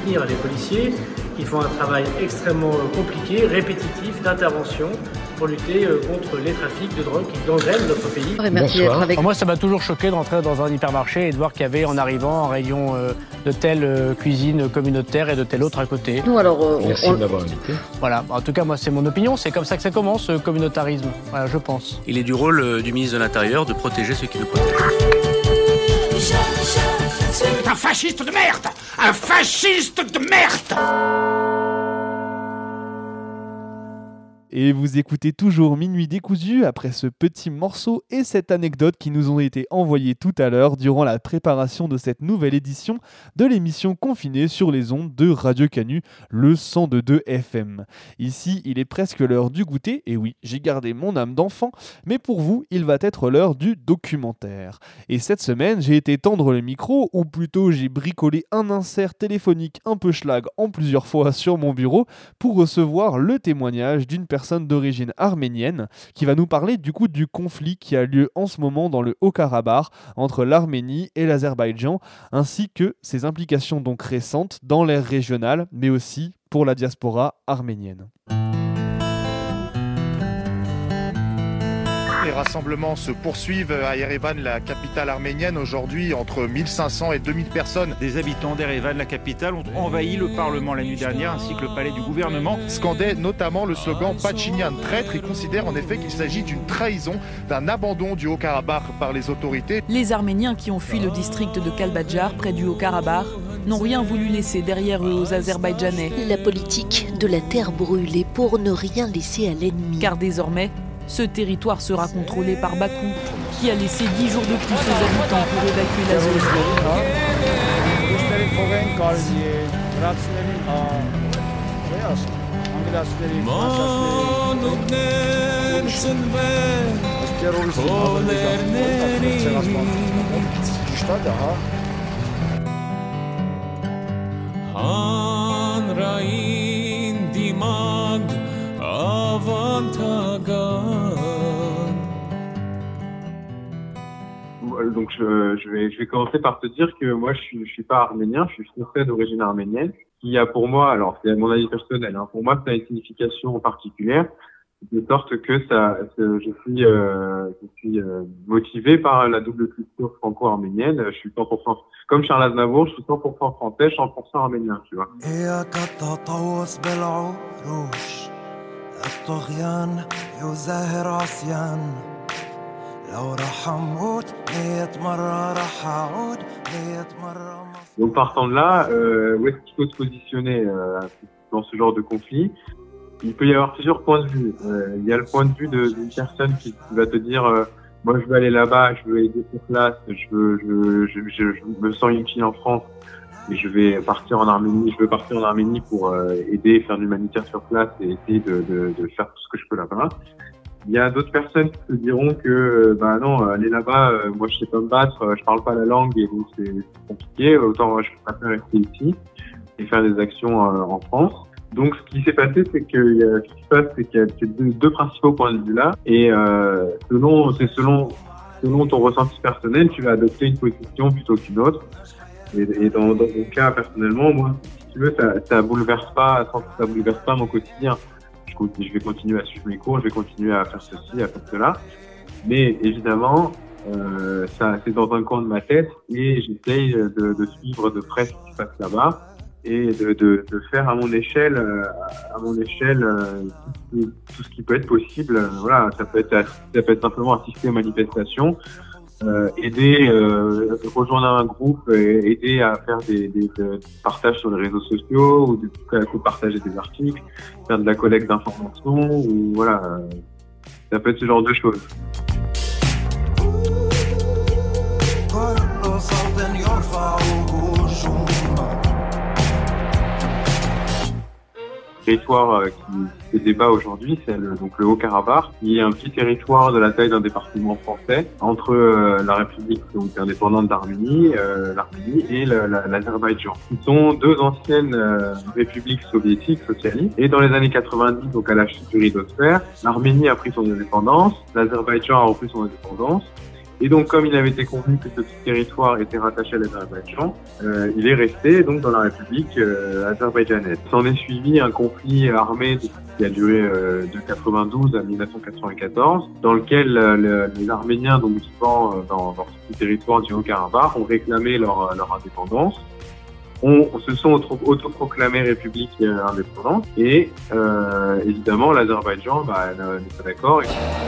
soutenir les policiers qui font un travail extrêmement compliqué, répétitif, d'intervention pour lutter contre les trafics de drogue qui gangrènent notre pays. Bonsoir. Avec... Moi, ça m'a toujours choqué de rentrer dans un hypermarché et de voir qu'il y avait en arrivant un rayon euh, de telle euh, cuisine communautaire et de telle autre à côté. Nous, alors, euh, Merci on... de m'avoir invité. Voilà, en tout cas, moi, c'est mon opinion. C'est comme ça que ça commence, ce communautarisme. Voilà, je pense. Il est du rôle euh, du ministre de l'Intérieur de protéger ceux qui nous protègent. C'est un fasciste de merde! Un fasciste de merde! Et vous écoutez toujours Minuit décousu après ce petit morceau et cette anecdote qui nous ont été envoyés tout à l'heure durant la préparation de cette nouvelle édition de l'émission Confinée sur les ondes de Radio Canu, le cent deux F M. Ici, il est presque l'heure du goûter, et oui, j'ai gardé mon âme d'enfant, mais pour vous, il va être l'heure du documentaire. Et cette semaine, j'ai été tendre le micro, ou plutôt j'ai bricolé un insert téléphonique un peu schlag en plusieurs fois sur mon bureau pour recevoir le témoignage d'une personne d'origine arménienne qui va nous parler du coup du conflit qui a lieu en ce moment dans le Haut-Karabakh entre l'Arménie et l'Azerbaïdjan, ainsi que ses implications donc récentes dans l'ère régionale, mais aussi pour la diaspora arménienne. Les rassemblements se poursuivent à Erevan, la capitale arménienne. Aujourd'hui, entre mille cinq cents et deux mille personnes. Des habitants d'Erevan, la capitale, ont envahi le Parlement la nuit dernière ainsi que le palais du gouvernement. Scandaient notamment le slogan « Pachinian traître ». Ils considèrent en effet qu'il s'agit d'une trahison, d'un abandon du Haut-Karabakh par les autorités. Les Arméniens qui ont fui le district de Kalbadjar, près du Haut-Karabakh, n'ont rien voulu laisser derrière eux aux Azerbaïdjanais. La politique de la terre brûlée pour ne rien laisser à l'ennemi. Car désormais, ce territoire sera contrôlé par Bakou, qui a laissé dix jours de plus aux habitants pour évacuer la zone. Donc je, je, vais, je vais commencer par te dire que moi je suis, je suis pas arménien, je suis français d'origine arménienne. Qui a pour moi, alors c'est mon avis personnel, hein, pour moi ça a une signification particulière, de sorte que ça, je suis, euh, je suis euh, motivé par la double culture franco-arménienne. Je suis cent pour cent comme Charles Aznavour, je suis cent pour cent français, cent pour cent arménien, tu vois. Donc partant de là, euh, où est-ce qu'il faut se positionner euh, dans ce genre de conflit? Il peut y avoir plusieurs points de vue. Euh, il y a le point de vue de, d'une personne qui, qui va te dire euh, moi je veux aller là-bas, je veux aider sur place, je veux, je, je, je, je me sens utile en France et je vais partir en Arménie. Je veux partir en Arménie pour euh, aider, faire de l'humanitaire sur place et essayer de, de, de faire tout ce que je peux là-bas. Il y a d'autres personnes qui te diront que bah non, aller là-bas, euh, moi je sais pas me battre, euh, je parle pas la langue et donc c'est compliqué. Autant je préfère rester ici et faire des actions euh, en France. Donc ce qui s'est passé, c'est que il y a, ce qui se passe, c'est qu'il y a ces deux, deux principaux points de vue là, et euh, selon, c'est selon, selon ton ressenti personnel, tu vas adopter une position plutôt qu'une autre. Et, et dans, dans mon cas personnellement, moi, si tu veux, ça, ça bouleverse pas, ça bouleverse pas mon quotidien. Je vais continuer à suivre mes cours, je vais continuer à faire ceci, à faire cela. Mais évidemment, euh, ça, c'est dans un coin de ma tête et j'essaye de, de suivre de près ce qui se passe là-bas et de, de, de faire à mon échelle, à mon échelle, tout, tout ce qui peut être possible. Voilà, ça peut être, ça peut être simplement assister aux manifestations, euh, aider, euh, rejoindre un groupe, et aider à faire des, des, des partages sur les réseaux sociaux ou de partager des articles, faire de la collecte d'informations ou voilà, ça peut être ce genre de choses. Le territoire euh, qui fait débat aujourd'hui, c'est le, donc le Haut-Karabakh, qui est un petit territoire de la taille d'un département français entre euh, la République donc indépendante d'Arménie, euh, l'Arménie et le, la, l'Azerbaïdjan. Ce sont deux anciennes euh, républiques soviétiques socialistes. Et dans les années quatre-vingt-dix, donc à la chute du rideau de fer, l'Arménie a pris son indépendance, l'Azerbaïdjan a repris son indépendance. Et donc, comme il avait été convenu que ce territoire était rattaché à l'Azerbaïdjan, euh, il est resté donc dans la République euh, azerbaïdjanaise. S'en est suivi un conflit armé qui a duré euh, de quatre-vingt-douze à mille neuf cent quatre-vingt-quatorze, dans lequel euh, le, les Arméniens, donc vivant euh, dans, dans ce territoire du Haut-Karabakh, ont réclamé leur, leur indépendance. On, on se sont autoproclamés république euh, indépendante et euh, évidemment l'Azerbaïdjan bah, n'est pas d'accord.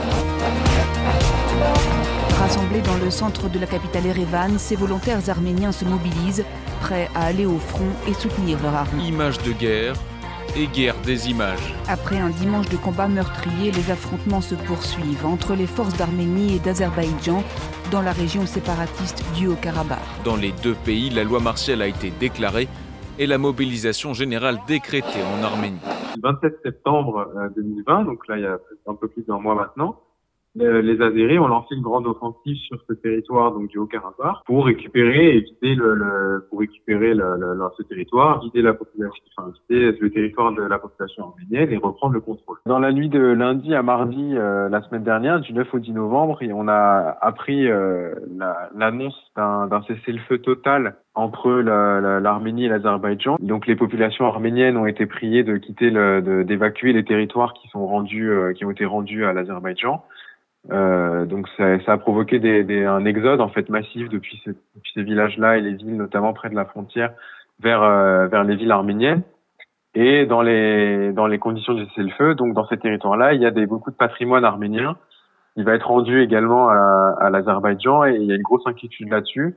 Rassemblés dans le centre de la capitale Erevan, ces volontaires arméniens se mobilisent, prêts à aller au front et soutenir leur armée. Images de guerre et guerre des images. Après un dimanche de combat meurtrier, les affrontements se poursuivent entre les forces d'Arménie et d'Azerbaïdjan dans la région séparatiste du Haut-Karabakh. Dans les deux pays, la loi martiale a été déclarée et la mobilisation générale décrétée en Arménie. Le vingt-sept septembre deux mille vingt, donc là il y a un peu plus d'un mois maintenant, les Azéris ont lancé une grande offensive sur ce territoire, donc du Haut-Karabakh, pour récupérer et vider le, le pour récupérer le, le, le, ce territoire, vider la population, enfin vider le territoire de la population arménienne et reprendre le contrôle. Dans la nuit de lundi à mardi, euh, la semaine dernière, du neuf au dix novembre, et on a appris euh, la, l'annonce d'un, d'un cessez-le-feu total entre la, la, l'Arménie et l'Azerbaïdjan. Donc les populations arméniennes ont été priées de quitter le, de, d'évacuer les territoires qui sont rendus, euh, qui ont été rendus à l'Azerbaïdjan. Euh, donc ça, ça a provoqué des, des, un exode en fait massif depuis ces, depuis ces villages-là et les villes notamment près de la frontière vers euh, vers les villes arméniennes. Et dans les dans les conditions du cessez-le-feu, donc dans ces territoires-là, il y a des beaucoup de patrimoine arménien. Il va être rendu également à, à l'Azerbaïdjan et il y a une grosse inquiétude là-dessus.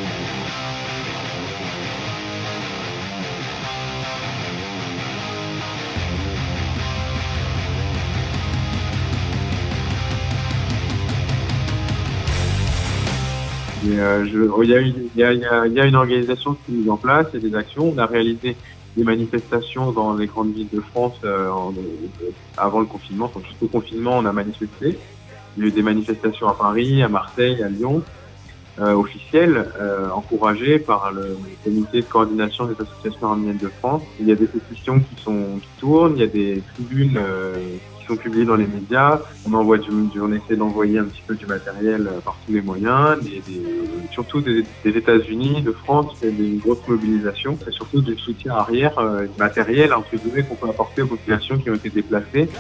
Et euh, je, il y a, il y a, il y a, il y a une organisation qui est mise en place, il y a des actions. On a réalisé des manifestations dans les grandes villes de France euh, en, euh, avant le confinement. Enfin, jusqu'au confinement, on a manifesté. Il y a eu des manifestations à Paris, à Marseille, à Lyon, euh, officielles, euh, encouragées par le, le comité de coordination des associations arméniennes de France. Il y a des pétitions qui sont qui tournent, il y a des tribunes euh, sont publiés dans les médias, on envoie du, du, on essaie d'envoyer un petit peu du matériel par tous les moyens, des, des, surtout des, des États-Unis, de France, il y a des grosses mobilisations, c'est surtout du soutien arrière euh, matériel entre guillemets qu'on peut apporter aux populations qui ont été déplacées.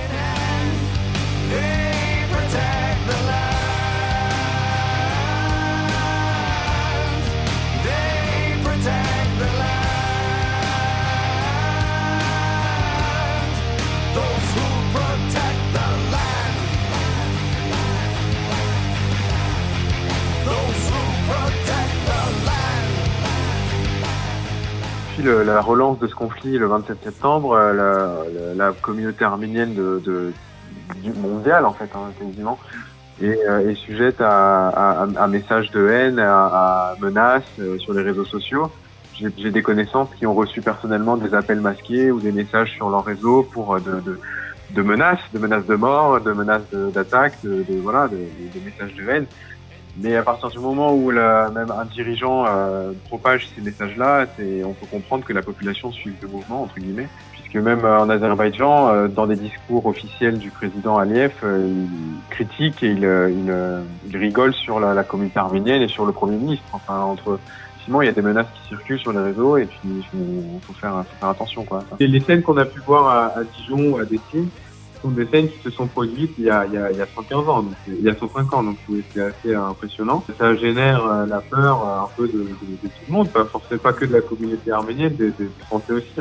Le, la relance de ce conflit le vingt-sept septembre, la, la, la communauté arménienne de, de, du mondial en fait, hein, quasiment, est, est sujette à, à, à messages de haine, à, à menaces euh, sur les réseaux sociaux. J'ai, j'ai des connaissances qui ont reçu personnellement des appels masqués ou des messages sur leur réseau pour de, de, de menaces, de menaces de mort, de menaces de, d'attaque, de, de voilà, de, de, de messages de haine. Mais à partir du moment où la, même un dirigeant euh, propage ces messages-là, c'est, on peut comprendre que la population suit le mouvement, entre guillemets, puisque même euh, en Azerbaïdjan, euh, dans des discours officiels du président Aliyev, euh, il critique et il, euh, il, euh, il rigole sur la, la communauté arménienne et sur le Premier ministre. Enfin, entre, sinon, il y a des menaces qui circulent sur les réseaux et puis il faut faire, faut faire attention, quoi. Et les scènes qu'on a pu voir à, à Dijon ou à Dessines, sont des scènes qui se sont produites il y a, il y a, il y a cent quinze ans, donc, il y a cent cinq ans, donc c'est assez impressionnant. Ça génère euh, la peur euh, un peu de, de, de tout le monde, pas forcément pas que de la communauté arménienne, des, des Français aussi.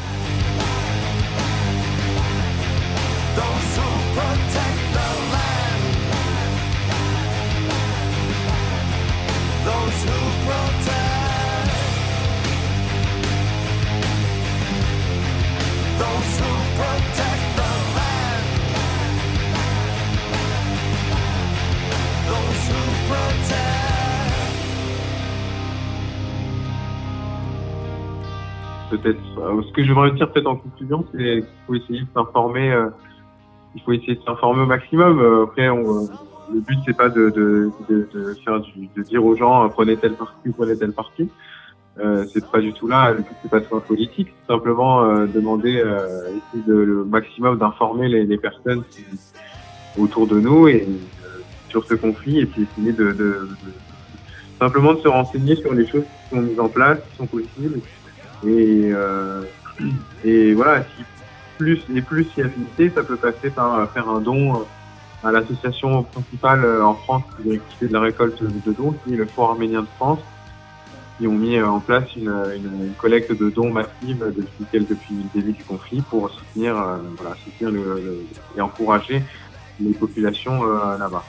Peut-être, euh, ce que je voudrais dire peut-être en conclusion, c'est qu'il faut essayer de s'informer. Euh, il faut essayer de s'informer au maximum. Euh, après, on, euh, le but c'est pas de, de, de, de faire du, de dire aux gens euh, prenez tel parti ou prenez tel parti. Euh, c'est pas du tout là. Le but c'est pas de faire politique. C'est simplement euh, demander, euh, essayer de, le maximum d'informer les, les personnes qui, autour de nous et euh, sur ce conflit et puis essayer de, de, de simplement de se renseigner sur les choses qui sont mises en place, qui sont possibles. Et, euh, et voilà, si plus et plus il y a affinité, ça peut passer par faire un don à l'association principale en France qui fait de la récolte de dons, qui est le Fonds arménien de France, qui ont mis en place une, une, une collecte de dons massive depuis, depuis le début du conflit pour soutenir, euh, voilà, soutenir le, le, et encourager les populations euh, là-bas.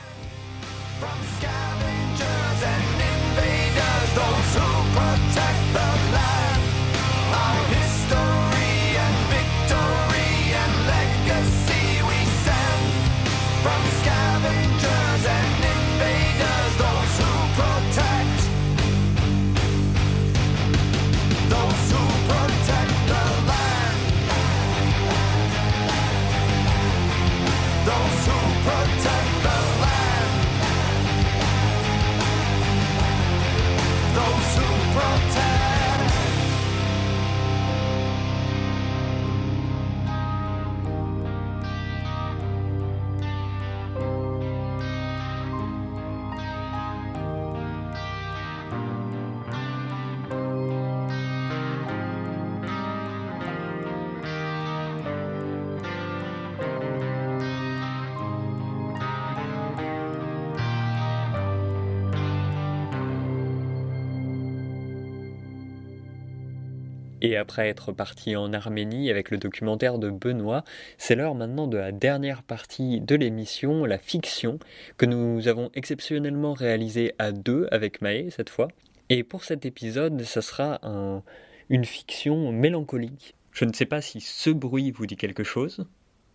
Et après être parti en Arménie avec le documentaire de Benoît, c'est l'heure maintenant de la dernière partie de l'émission, la fiction, que nous avons exceptionnellement réalisée à deux avec Maë cette fois. Et pour cet épisode, ça sera un, une fiction mélancolique. Je ne sais pas si ce bruit vous dit quelque chose,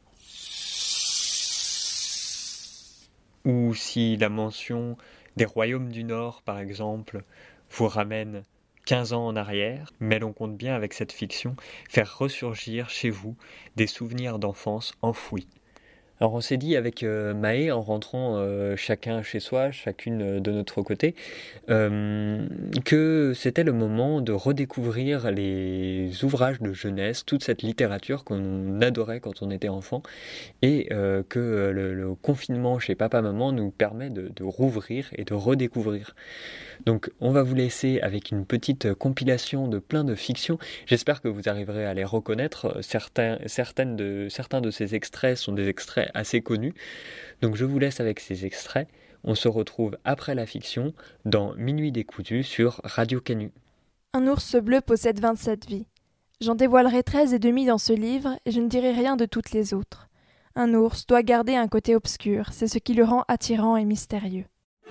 ou si la mention des royaumes du Nord, par exemple, vous ramène quinze ans en arrière, mais l'on compte bien avec cette fiction faire ressurgir chez vous des souvenirs d'enfance enfouis. Alors on s'est dit avec euh, Maë, en rentrant euh, chacun chez soi, chacune de notre côté, euh, que c'était le moment de redécouvrir les ouvrages de jeunesse, toute cette littérature qu'on adorait quand on était enfant, et euh, que le, le confinement chez papa-maman nous permet de, de rouvrir et de redécouvrir. Donc on va vous laisser avec une petite compilation de plein de fictions. J'espère que vous arriverez à les reconnaître. Certains, certaines de, certains de ces extraits sont des extraits assez connus. Donc je vous laisse avec ces extraits. On se retrouve après la fiction dans Minuit décousu sur Radio Canu. Un ours bleu possède vingt-sept vies. J'en dévoilerai treize et demi dans ce livre et je ne dirai rien de toutes les autres. Un ours doit garder un côté obscur, c'est ce qui le rend attirant et mystérieux.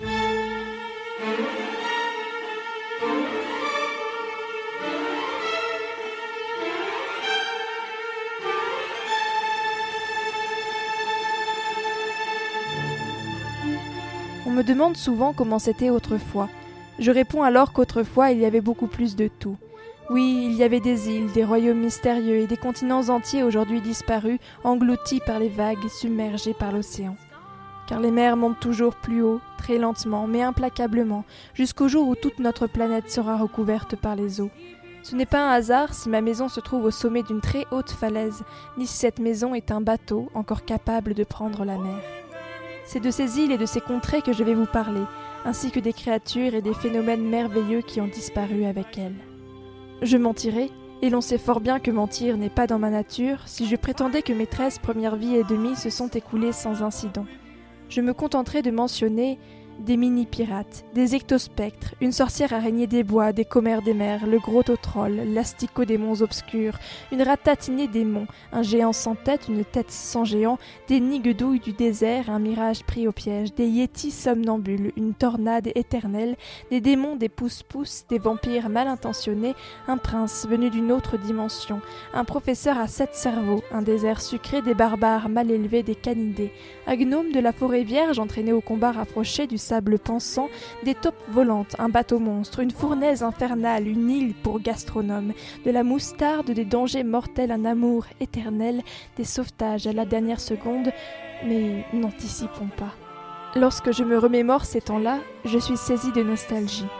On me demande souvent comment c'était autrefois. Je réponds alors qu'autrefois il y avait beaucoup plus de tout. Oui, il y avait des îles, des royaumes mystérieux et des continents entiers aujourd'hui disparus, engloutis par les vagues, submergés par l'océan. Car les mers montent toujours plus haut, très lentement, mais implacablement, jusqu'au jour où toute notre planète sera recouverte par les eaux. Ce n'est pas un hasard si ma maison se trouve au sommet d'une très haute falaise, ni si cette maison est un bateau encore capable de prendre la mer. C'est de ces îles et de ces contrées que je vais vous parler, ainsi que des créatures et des phénomènes merveilleux qui ont disparu avec elles. Je mentirais, et l'on sait fort bien que mentir n'est pas dans ma nature, si je prétendais que mes treize premières vies et demie se sont écoulées sans incident. Je me contenterai de mentionner des mini-pirates, des ectospectres, une sorcière araignée des bois, des commères des mers, le gros troll, l'asticot des monts obscurs, une ratatinée des monts, un géant sans tête, une tête sans géant, des niguedouilles du désert, un mirage pris au piège, des yétis somnambules, une tornade éternelle, des démons, des pousse-pousse, des vampires mal intentionnés, un prince venu d'une autre dimension, un professeur à sept cerveaux, un désert sucré, des barbares mal élevés, des canidés, un gnome de la forêt vierge entraîné au combat rapproché du sable pensant, des taupes volantes, un bateau monstre, une fournaise infernale, une île pour gastronome, de la moustarde, des dangers mortels, un amour éternel, des sauvetages à la dernière seconde, mais n'anticipons pas. Lorsque je me remémore ces temps-là, je suis saisie de nostalgie.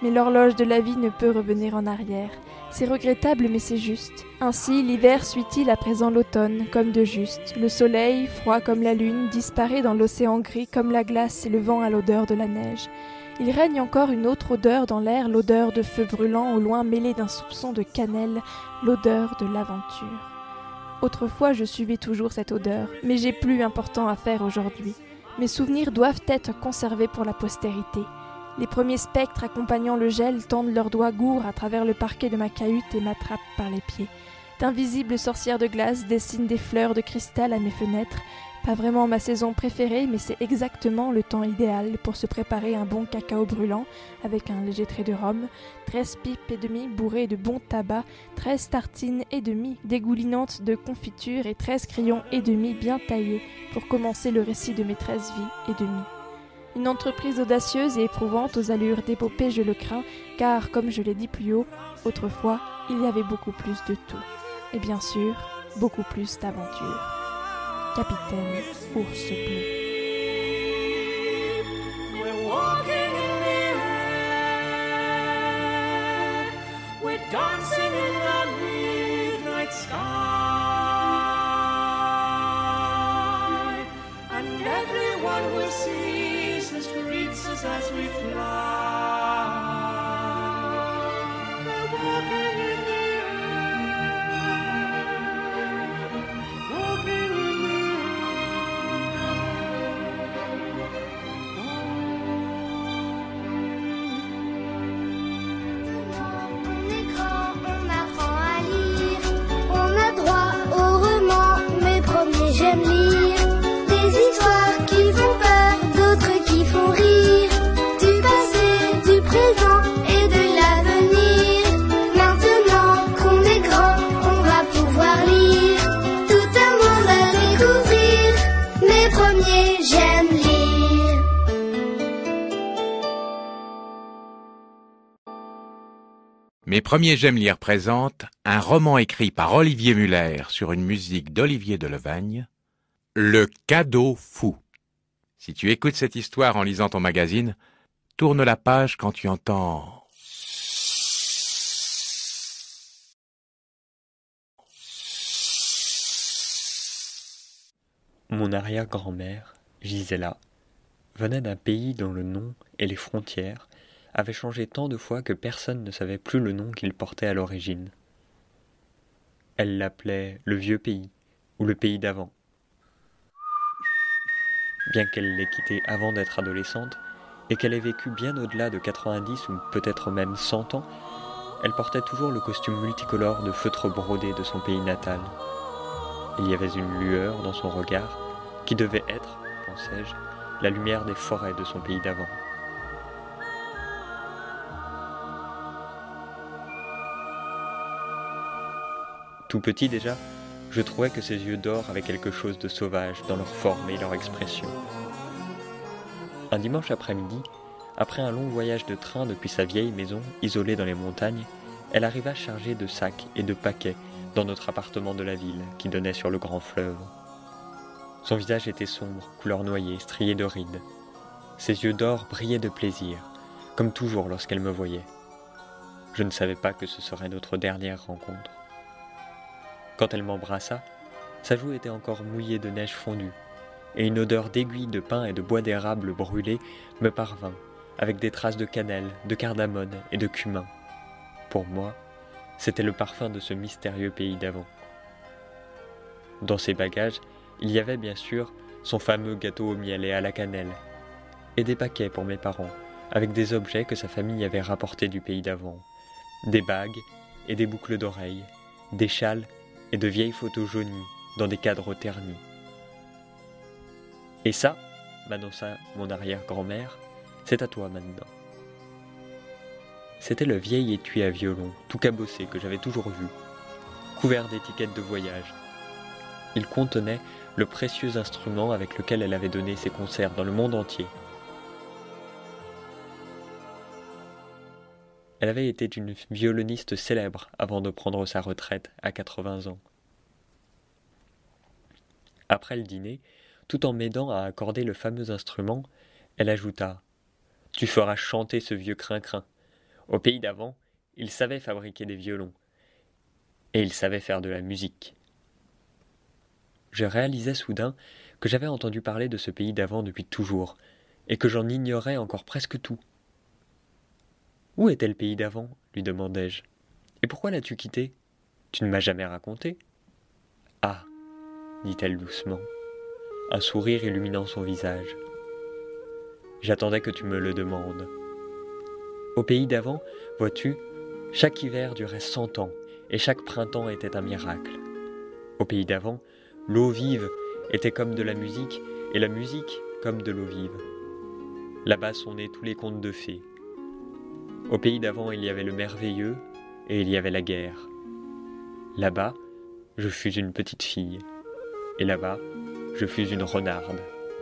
Mais l'horloge de la vie ne peut revenir en arrière. C'est regrettable, mais c'est juste. Ainsi, l'hiver suit-il à présent l'automne, comme de juste. Le soleil, froid comme la lune, disparaît dans l'océan gris comme la glace et le vent à l'odeur de la neige. Il règne encore une autre odeur dans l'air, l'odeur de feu brûlant au loin mêlée d'un soupçon de cannelle, l'odeur de l'aventure. Autrefois, je suivais toujours cette odeur, mais j'ai plus important à faire aujourd'hui. Mes souvenirs doivent être conservés pour la postérité. Les premiers spectres accompagnant le gel tendent leurs doigts gourds à travers le parquet de ma cahute et m'attrapent par les pieds. D'invisibles sorcières de glace dessinent des fleurs de cristal à mes fenêtres. Pas vraiment ma saison préférée, mais c'est exactement le temps idéal pour se préparer un bon cacao brûlant avec un léger trait de rhum, treize pipes et demie bourrées de bon tabac, treize tartines et demie dégoulinantes de confiture et treize crayons et demi bien taillés pour commencer le récit de mes treize vies et demie. Une entreprise audacieuse et éprouvante aux allures d'épopée, je le crains, car, comme je l'ai dit plus haut, autrefois, il y avait beaucoup plus de tout. Et bien sûr, beaucoup plus d'aventures. Capitaine Ours Bleu. We're walking in the air. We're dancing in the midnight sky. And everyone who sees us greets us as we fly. We're walking in the air. Walking in j'aime lire des histoires qui font peur, d'autres qui font rire, du passé, du présent et de l'avenir. Maintenant qu'on est grand, on va pouvoir lire tout un monde à découvrir. Mes premiers j'aime lire. Mes premiers j'aime lire présente un roman écrit par Olivier Muller sur une musique d'Olivier Delevagne, Le cadeau fou. Si tu écoutes cette histoire en lisant ton magazine, tourne la page quand tu entends... Mon arrière-grand-mère, Gisela, venait d'un pays dont le nom et les frontières avaient changé tant de fois que personne ne savait plus le nom qu'il portait à l'origine. Elle l'appelait le vieux pays ou le pays d'avant. Bien qu'elle l'ait quitté avant d'être adolescente et qu'elle ait vécu bien au-delà de quatre-vingt-dix ou peut-être même cent ans, elle portait toujours le costume multicolore de feutre brodé de son pays natal. Il y avait une lueur dans son regard qui devait être, pensais-je, la lumière des forêts de son pays d'avant. Tout petit déjà, je trouvais que ses yeux d'or avaient quelque chose de sauvage dans leur forme et leur expression. Un dimanche après-midi, après un long voyage de train depuis sa vieille maison, isolée dans les montagnes, elle arriva chargée de sacs et de paquets dans notre appartement de la ville qui donnait sur le grand fleuve. Son visage était sombre, couleur noyée, strié de rides. Ses yeux d'or brillaient de plaisir, comme toujours lorsqu'elle me voyait. Je ne savais pas que ce serait notre dernière rencontre. Quand elle m'embrassa, sa joue était encore mouillée de neige fondue, et une odeur d'aiguilles de pin et de bois d'érable brûlé me parvint, avec des traces de cannelle, de cardamone et de cumin. Pour moi, c'était le parfum de ce mystérieux pays d'avant. Dans ses bagages, il y avait bien sûr son fameux gâteau au miel et à la cannelle, et des paquets pour mes parents, avec des objets que sa famille avait rapportés du pays d'avant, des bagues et des boucles d'oreilles, des châles et de vieilles photos jaunies dans des cadres ternis. Et ça, m'annonça mon arrière-grand-mère, c'est à toi maintenant. C'était le vieil étui à violon, tout cabossé que j'avais toujours vu, couvert d'étiquettes de voyage. Il contenait le précieux instrument avec lequel elle avait donné ses concerts dans le monde entier. Elle avait été une violoniste célèbre avant de prendre sa retraite à quatre-vingts ans. Après le dîner, tout en m'aidant à accorder le fameux instrument, elle ajouta « Tu feras chanter ce vieux crin-crin. Au pays d'avant, ils savaient fabriquer des violons. Et ils savaient faire de la musique. Je réalisais soudain que j'avais entendu parler de ce pays d'avant depuis toujours, et que j'en ignorais encore presque tout. « Où était le pays d'avant » lui demandai-je. « Et pourquoi l'as-tu quitté ? Tu ne m'as jamais raconté. »« Ah » dit-elle doucement, un sourire illuminant son visage. « J'attendais que tu me le demandes. Au pays d'avant, vois-tu, chaque hiver durait cent ans, et chaque printemps était un miracle. Au pays d'avant, l'eau vive était comme de la musique, et la musique comme de l'eau vive. Là-bas sont nés tous les contes de fées. Au pays d'avant, il y avait le merveilleux, et il y avait la guerre. Là-bas, je fus une petite fille, et là-bas, je fus une renarde.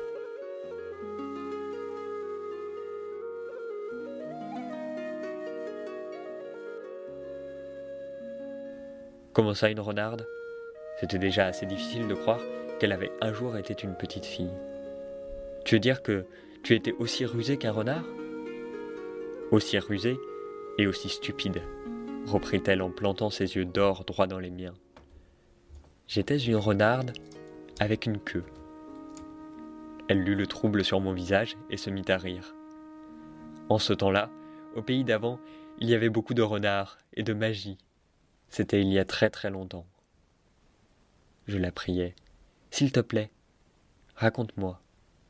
Comment ça, une renarde ? C'était déjà assez difficile de croire qu'elle avait un jour été une petite fille. Tu veux dire que tu étais aussi rusée qu'un renard ? Aussi rusée et aussi stupide, reprit-elle en plantant ses yeux d'or droit dans les miens. J'étais une renarde avec une queue. Elle lut le trouble sur mon visage et se mit à rire. En ce temps-là, au pays d'avant, il y avait beaucoup de renards et de magie. C'était il y a très très longtemps. Je la priai. « S'il te plaît, raconte-moi. »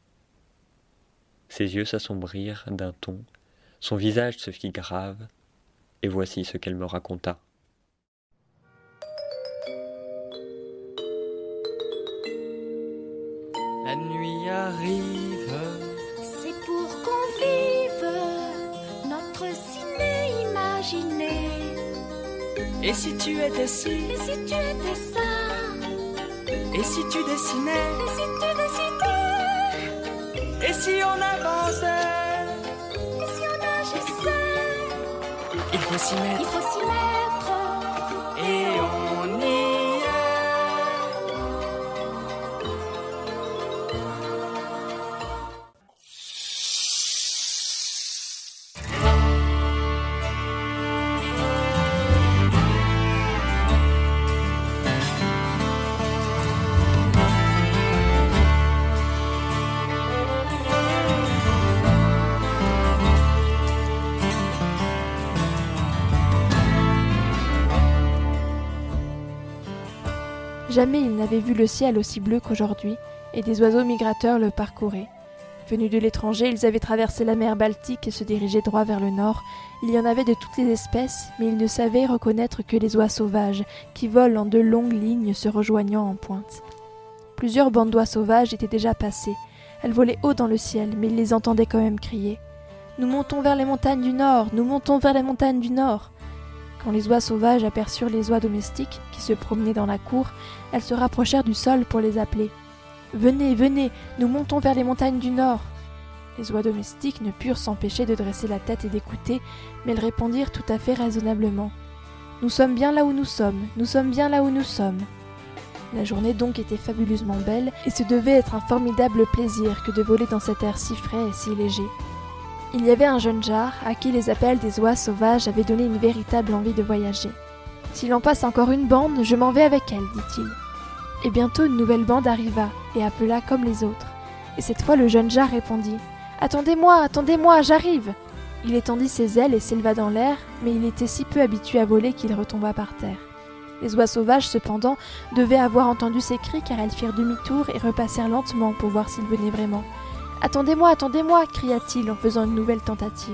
Ses yeux s'assombrirent d'un ton, son visage se fit grave, et voici ce qu'elle me raconta. La nuit arrive, c'est pour qu'on vive notre ciné imaginé. et si tu étais ci, Et si tu étais ça, et si tu dessinais, et si tu décidais, et si on avançait, et si on agissait, il faut s'y il mettre, faut s'y mettre. et on y est. Jamais il n'avait vu le ciel aussi bleu qu'aujourd'hui, et des oiseaux migrateurs le parcouraient. Venus de l'étranger, ils avaient traversé la mer Baltique et se dirigeaient droit vers le nord. Il y en avait de toutes les espèces, mais ils ne savaient reconnaître que les oies sauvages, qui volent en deux longues lignes se rejoignant en pointe. Plusieurs bandes d'oies sauvages étaient déjà passées. Elles volaient haut dans le ciel, mais ils les entendaient quand même crier. « Nous montons vers les montagnes du nord, nous montons vers les montagnes du nord !» Quand les oies sauvages aperçurent les oies domestiques qui se promenaient dans la cour, elles se rapprochèrent du sol pour les appeler. « Venez, venez, nous montons vers les montagnes du nord !» Les oies domestiques ne purent s'empêcher de dresser la tête et d'écouter, mais elles répondirent tout à fait raisonnablement. « Nous sommes bien là où nous sommes, nous sommes bien là où nous sommes !» La journée donc était fabuleusement belle, et ce devait être un formidable plaisir que de voler dans cet air si frais et si léger. Il y avait un jeune jar à qui les appels des oies sauvages avaient donné une véritable envie de voyager. « S'il en passe encore une bande, je m'en vais avec elle, dit-il. » Et bientôt une nouvelle bande arriva et appela comme les autres. Et cette fois le jeune jar répondit « Attendez-moi, attendez-moi, j'arrive !» Il étendit ses ailes et s'éleva dans l'air, mais il était si peu habitué à voler qu'il retomba par terre. Les oies sauvages, cependant, devaient avoir entendu ses cris car elles firent demi-tour et repassèrent lentement pour voir s'il venait vraiment. « Attendez-moi, attendez-moi » cria-t-il en faisant une nouvelle tentative.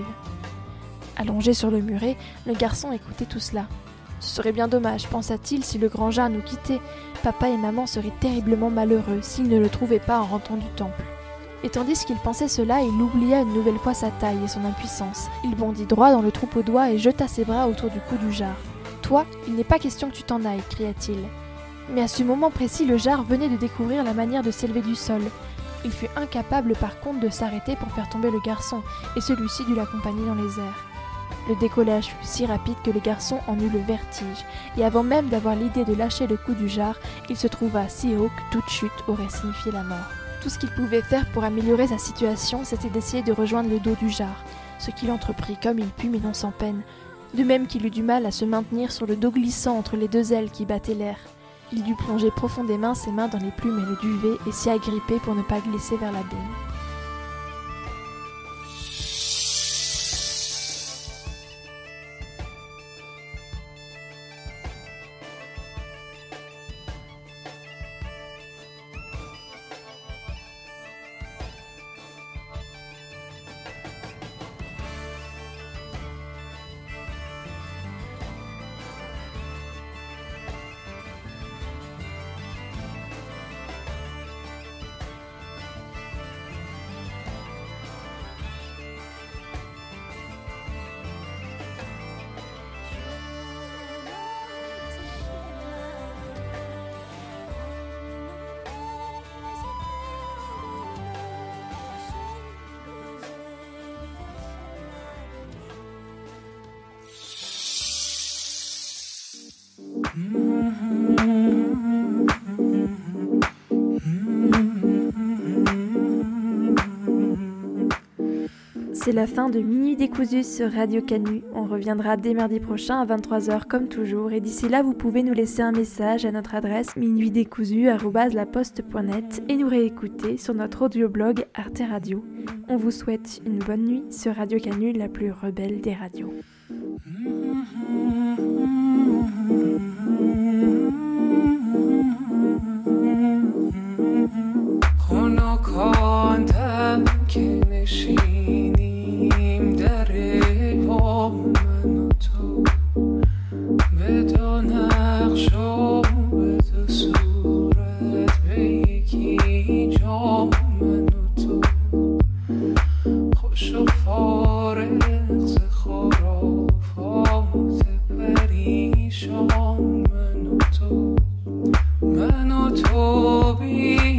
Allongé sur le muret, le garçon écoutait tout cela. Ce serait bien dommage, pensa-t-il, si le grand jar nous quittait. Papa et maman seraient terriblement malheureux s'ils ne le trouvaient pas en rentrant du temple. Et tandis qu'il pensait cela, il oublia une nouvelle fois sa taille et son impuissance. Il bondit droit dans le troupeau d'oies et jeta ses bras autour du cou du jar. « Toi, il n'est pas question que tu t'en ailles » cria-t-il. Mais à ce moment précis, le jar venait de découvrir la manière de s'élever du sol. Il fut incapable par contre de s'arrêter pour faire tomber le garçon, et celui-ci dut l'accompagner dans les airs. Le décollage fut si rapide que le garçon en eut le vertige, et avant même d'avoir l'idée de lâcher le cou du jar, il se trouva si haut que toute chute aurait signifié la mort. Tout ce qu'il pouvait faire pour améliorer sa situation, c'était d'essayer de rejoindre le dos du jar. ce qu'il entreprit comme il put mais non sans peine, de même qu'il eut du mal à se maintenir sur le dos glissant entre les deux ailes qui battaient l'air. Il dut plonger profondément ses mains dans les plumes et le duvet et s'y agripper pour ne pas glisser vers l'abîme. C'est la fin de Minuit décousu sur Radio Canu. On reviendra dès mardi prochain à vingt-trois heures comme toujours. Et d'ici là, vous pouvez nous laisser un message à notre adresse minuit décousu arobase laposte point net et nous réécouter sur notre audioblog Arte Radio. On vous souhaite une bonne nuit sur Radio Canu, la plus rebelle des radios. خنکاندم که نشینیم در پا من و تو به دو نقش و به دو صورت به یکی جا من و تو خوش و فارغ ز خرافات پریشان من و تو من و تو بی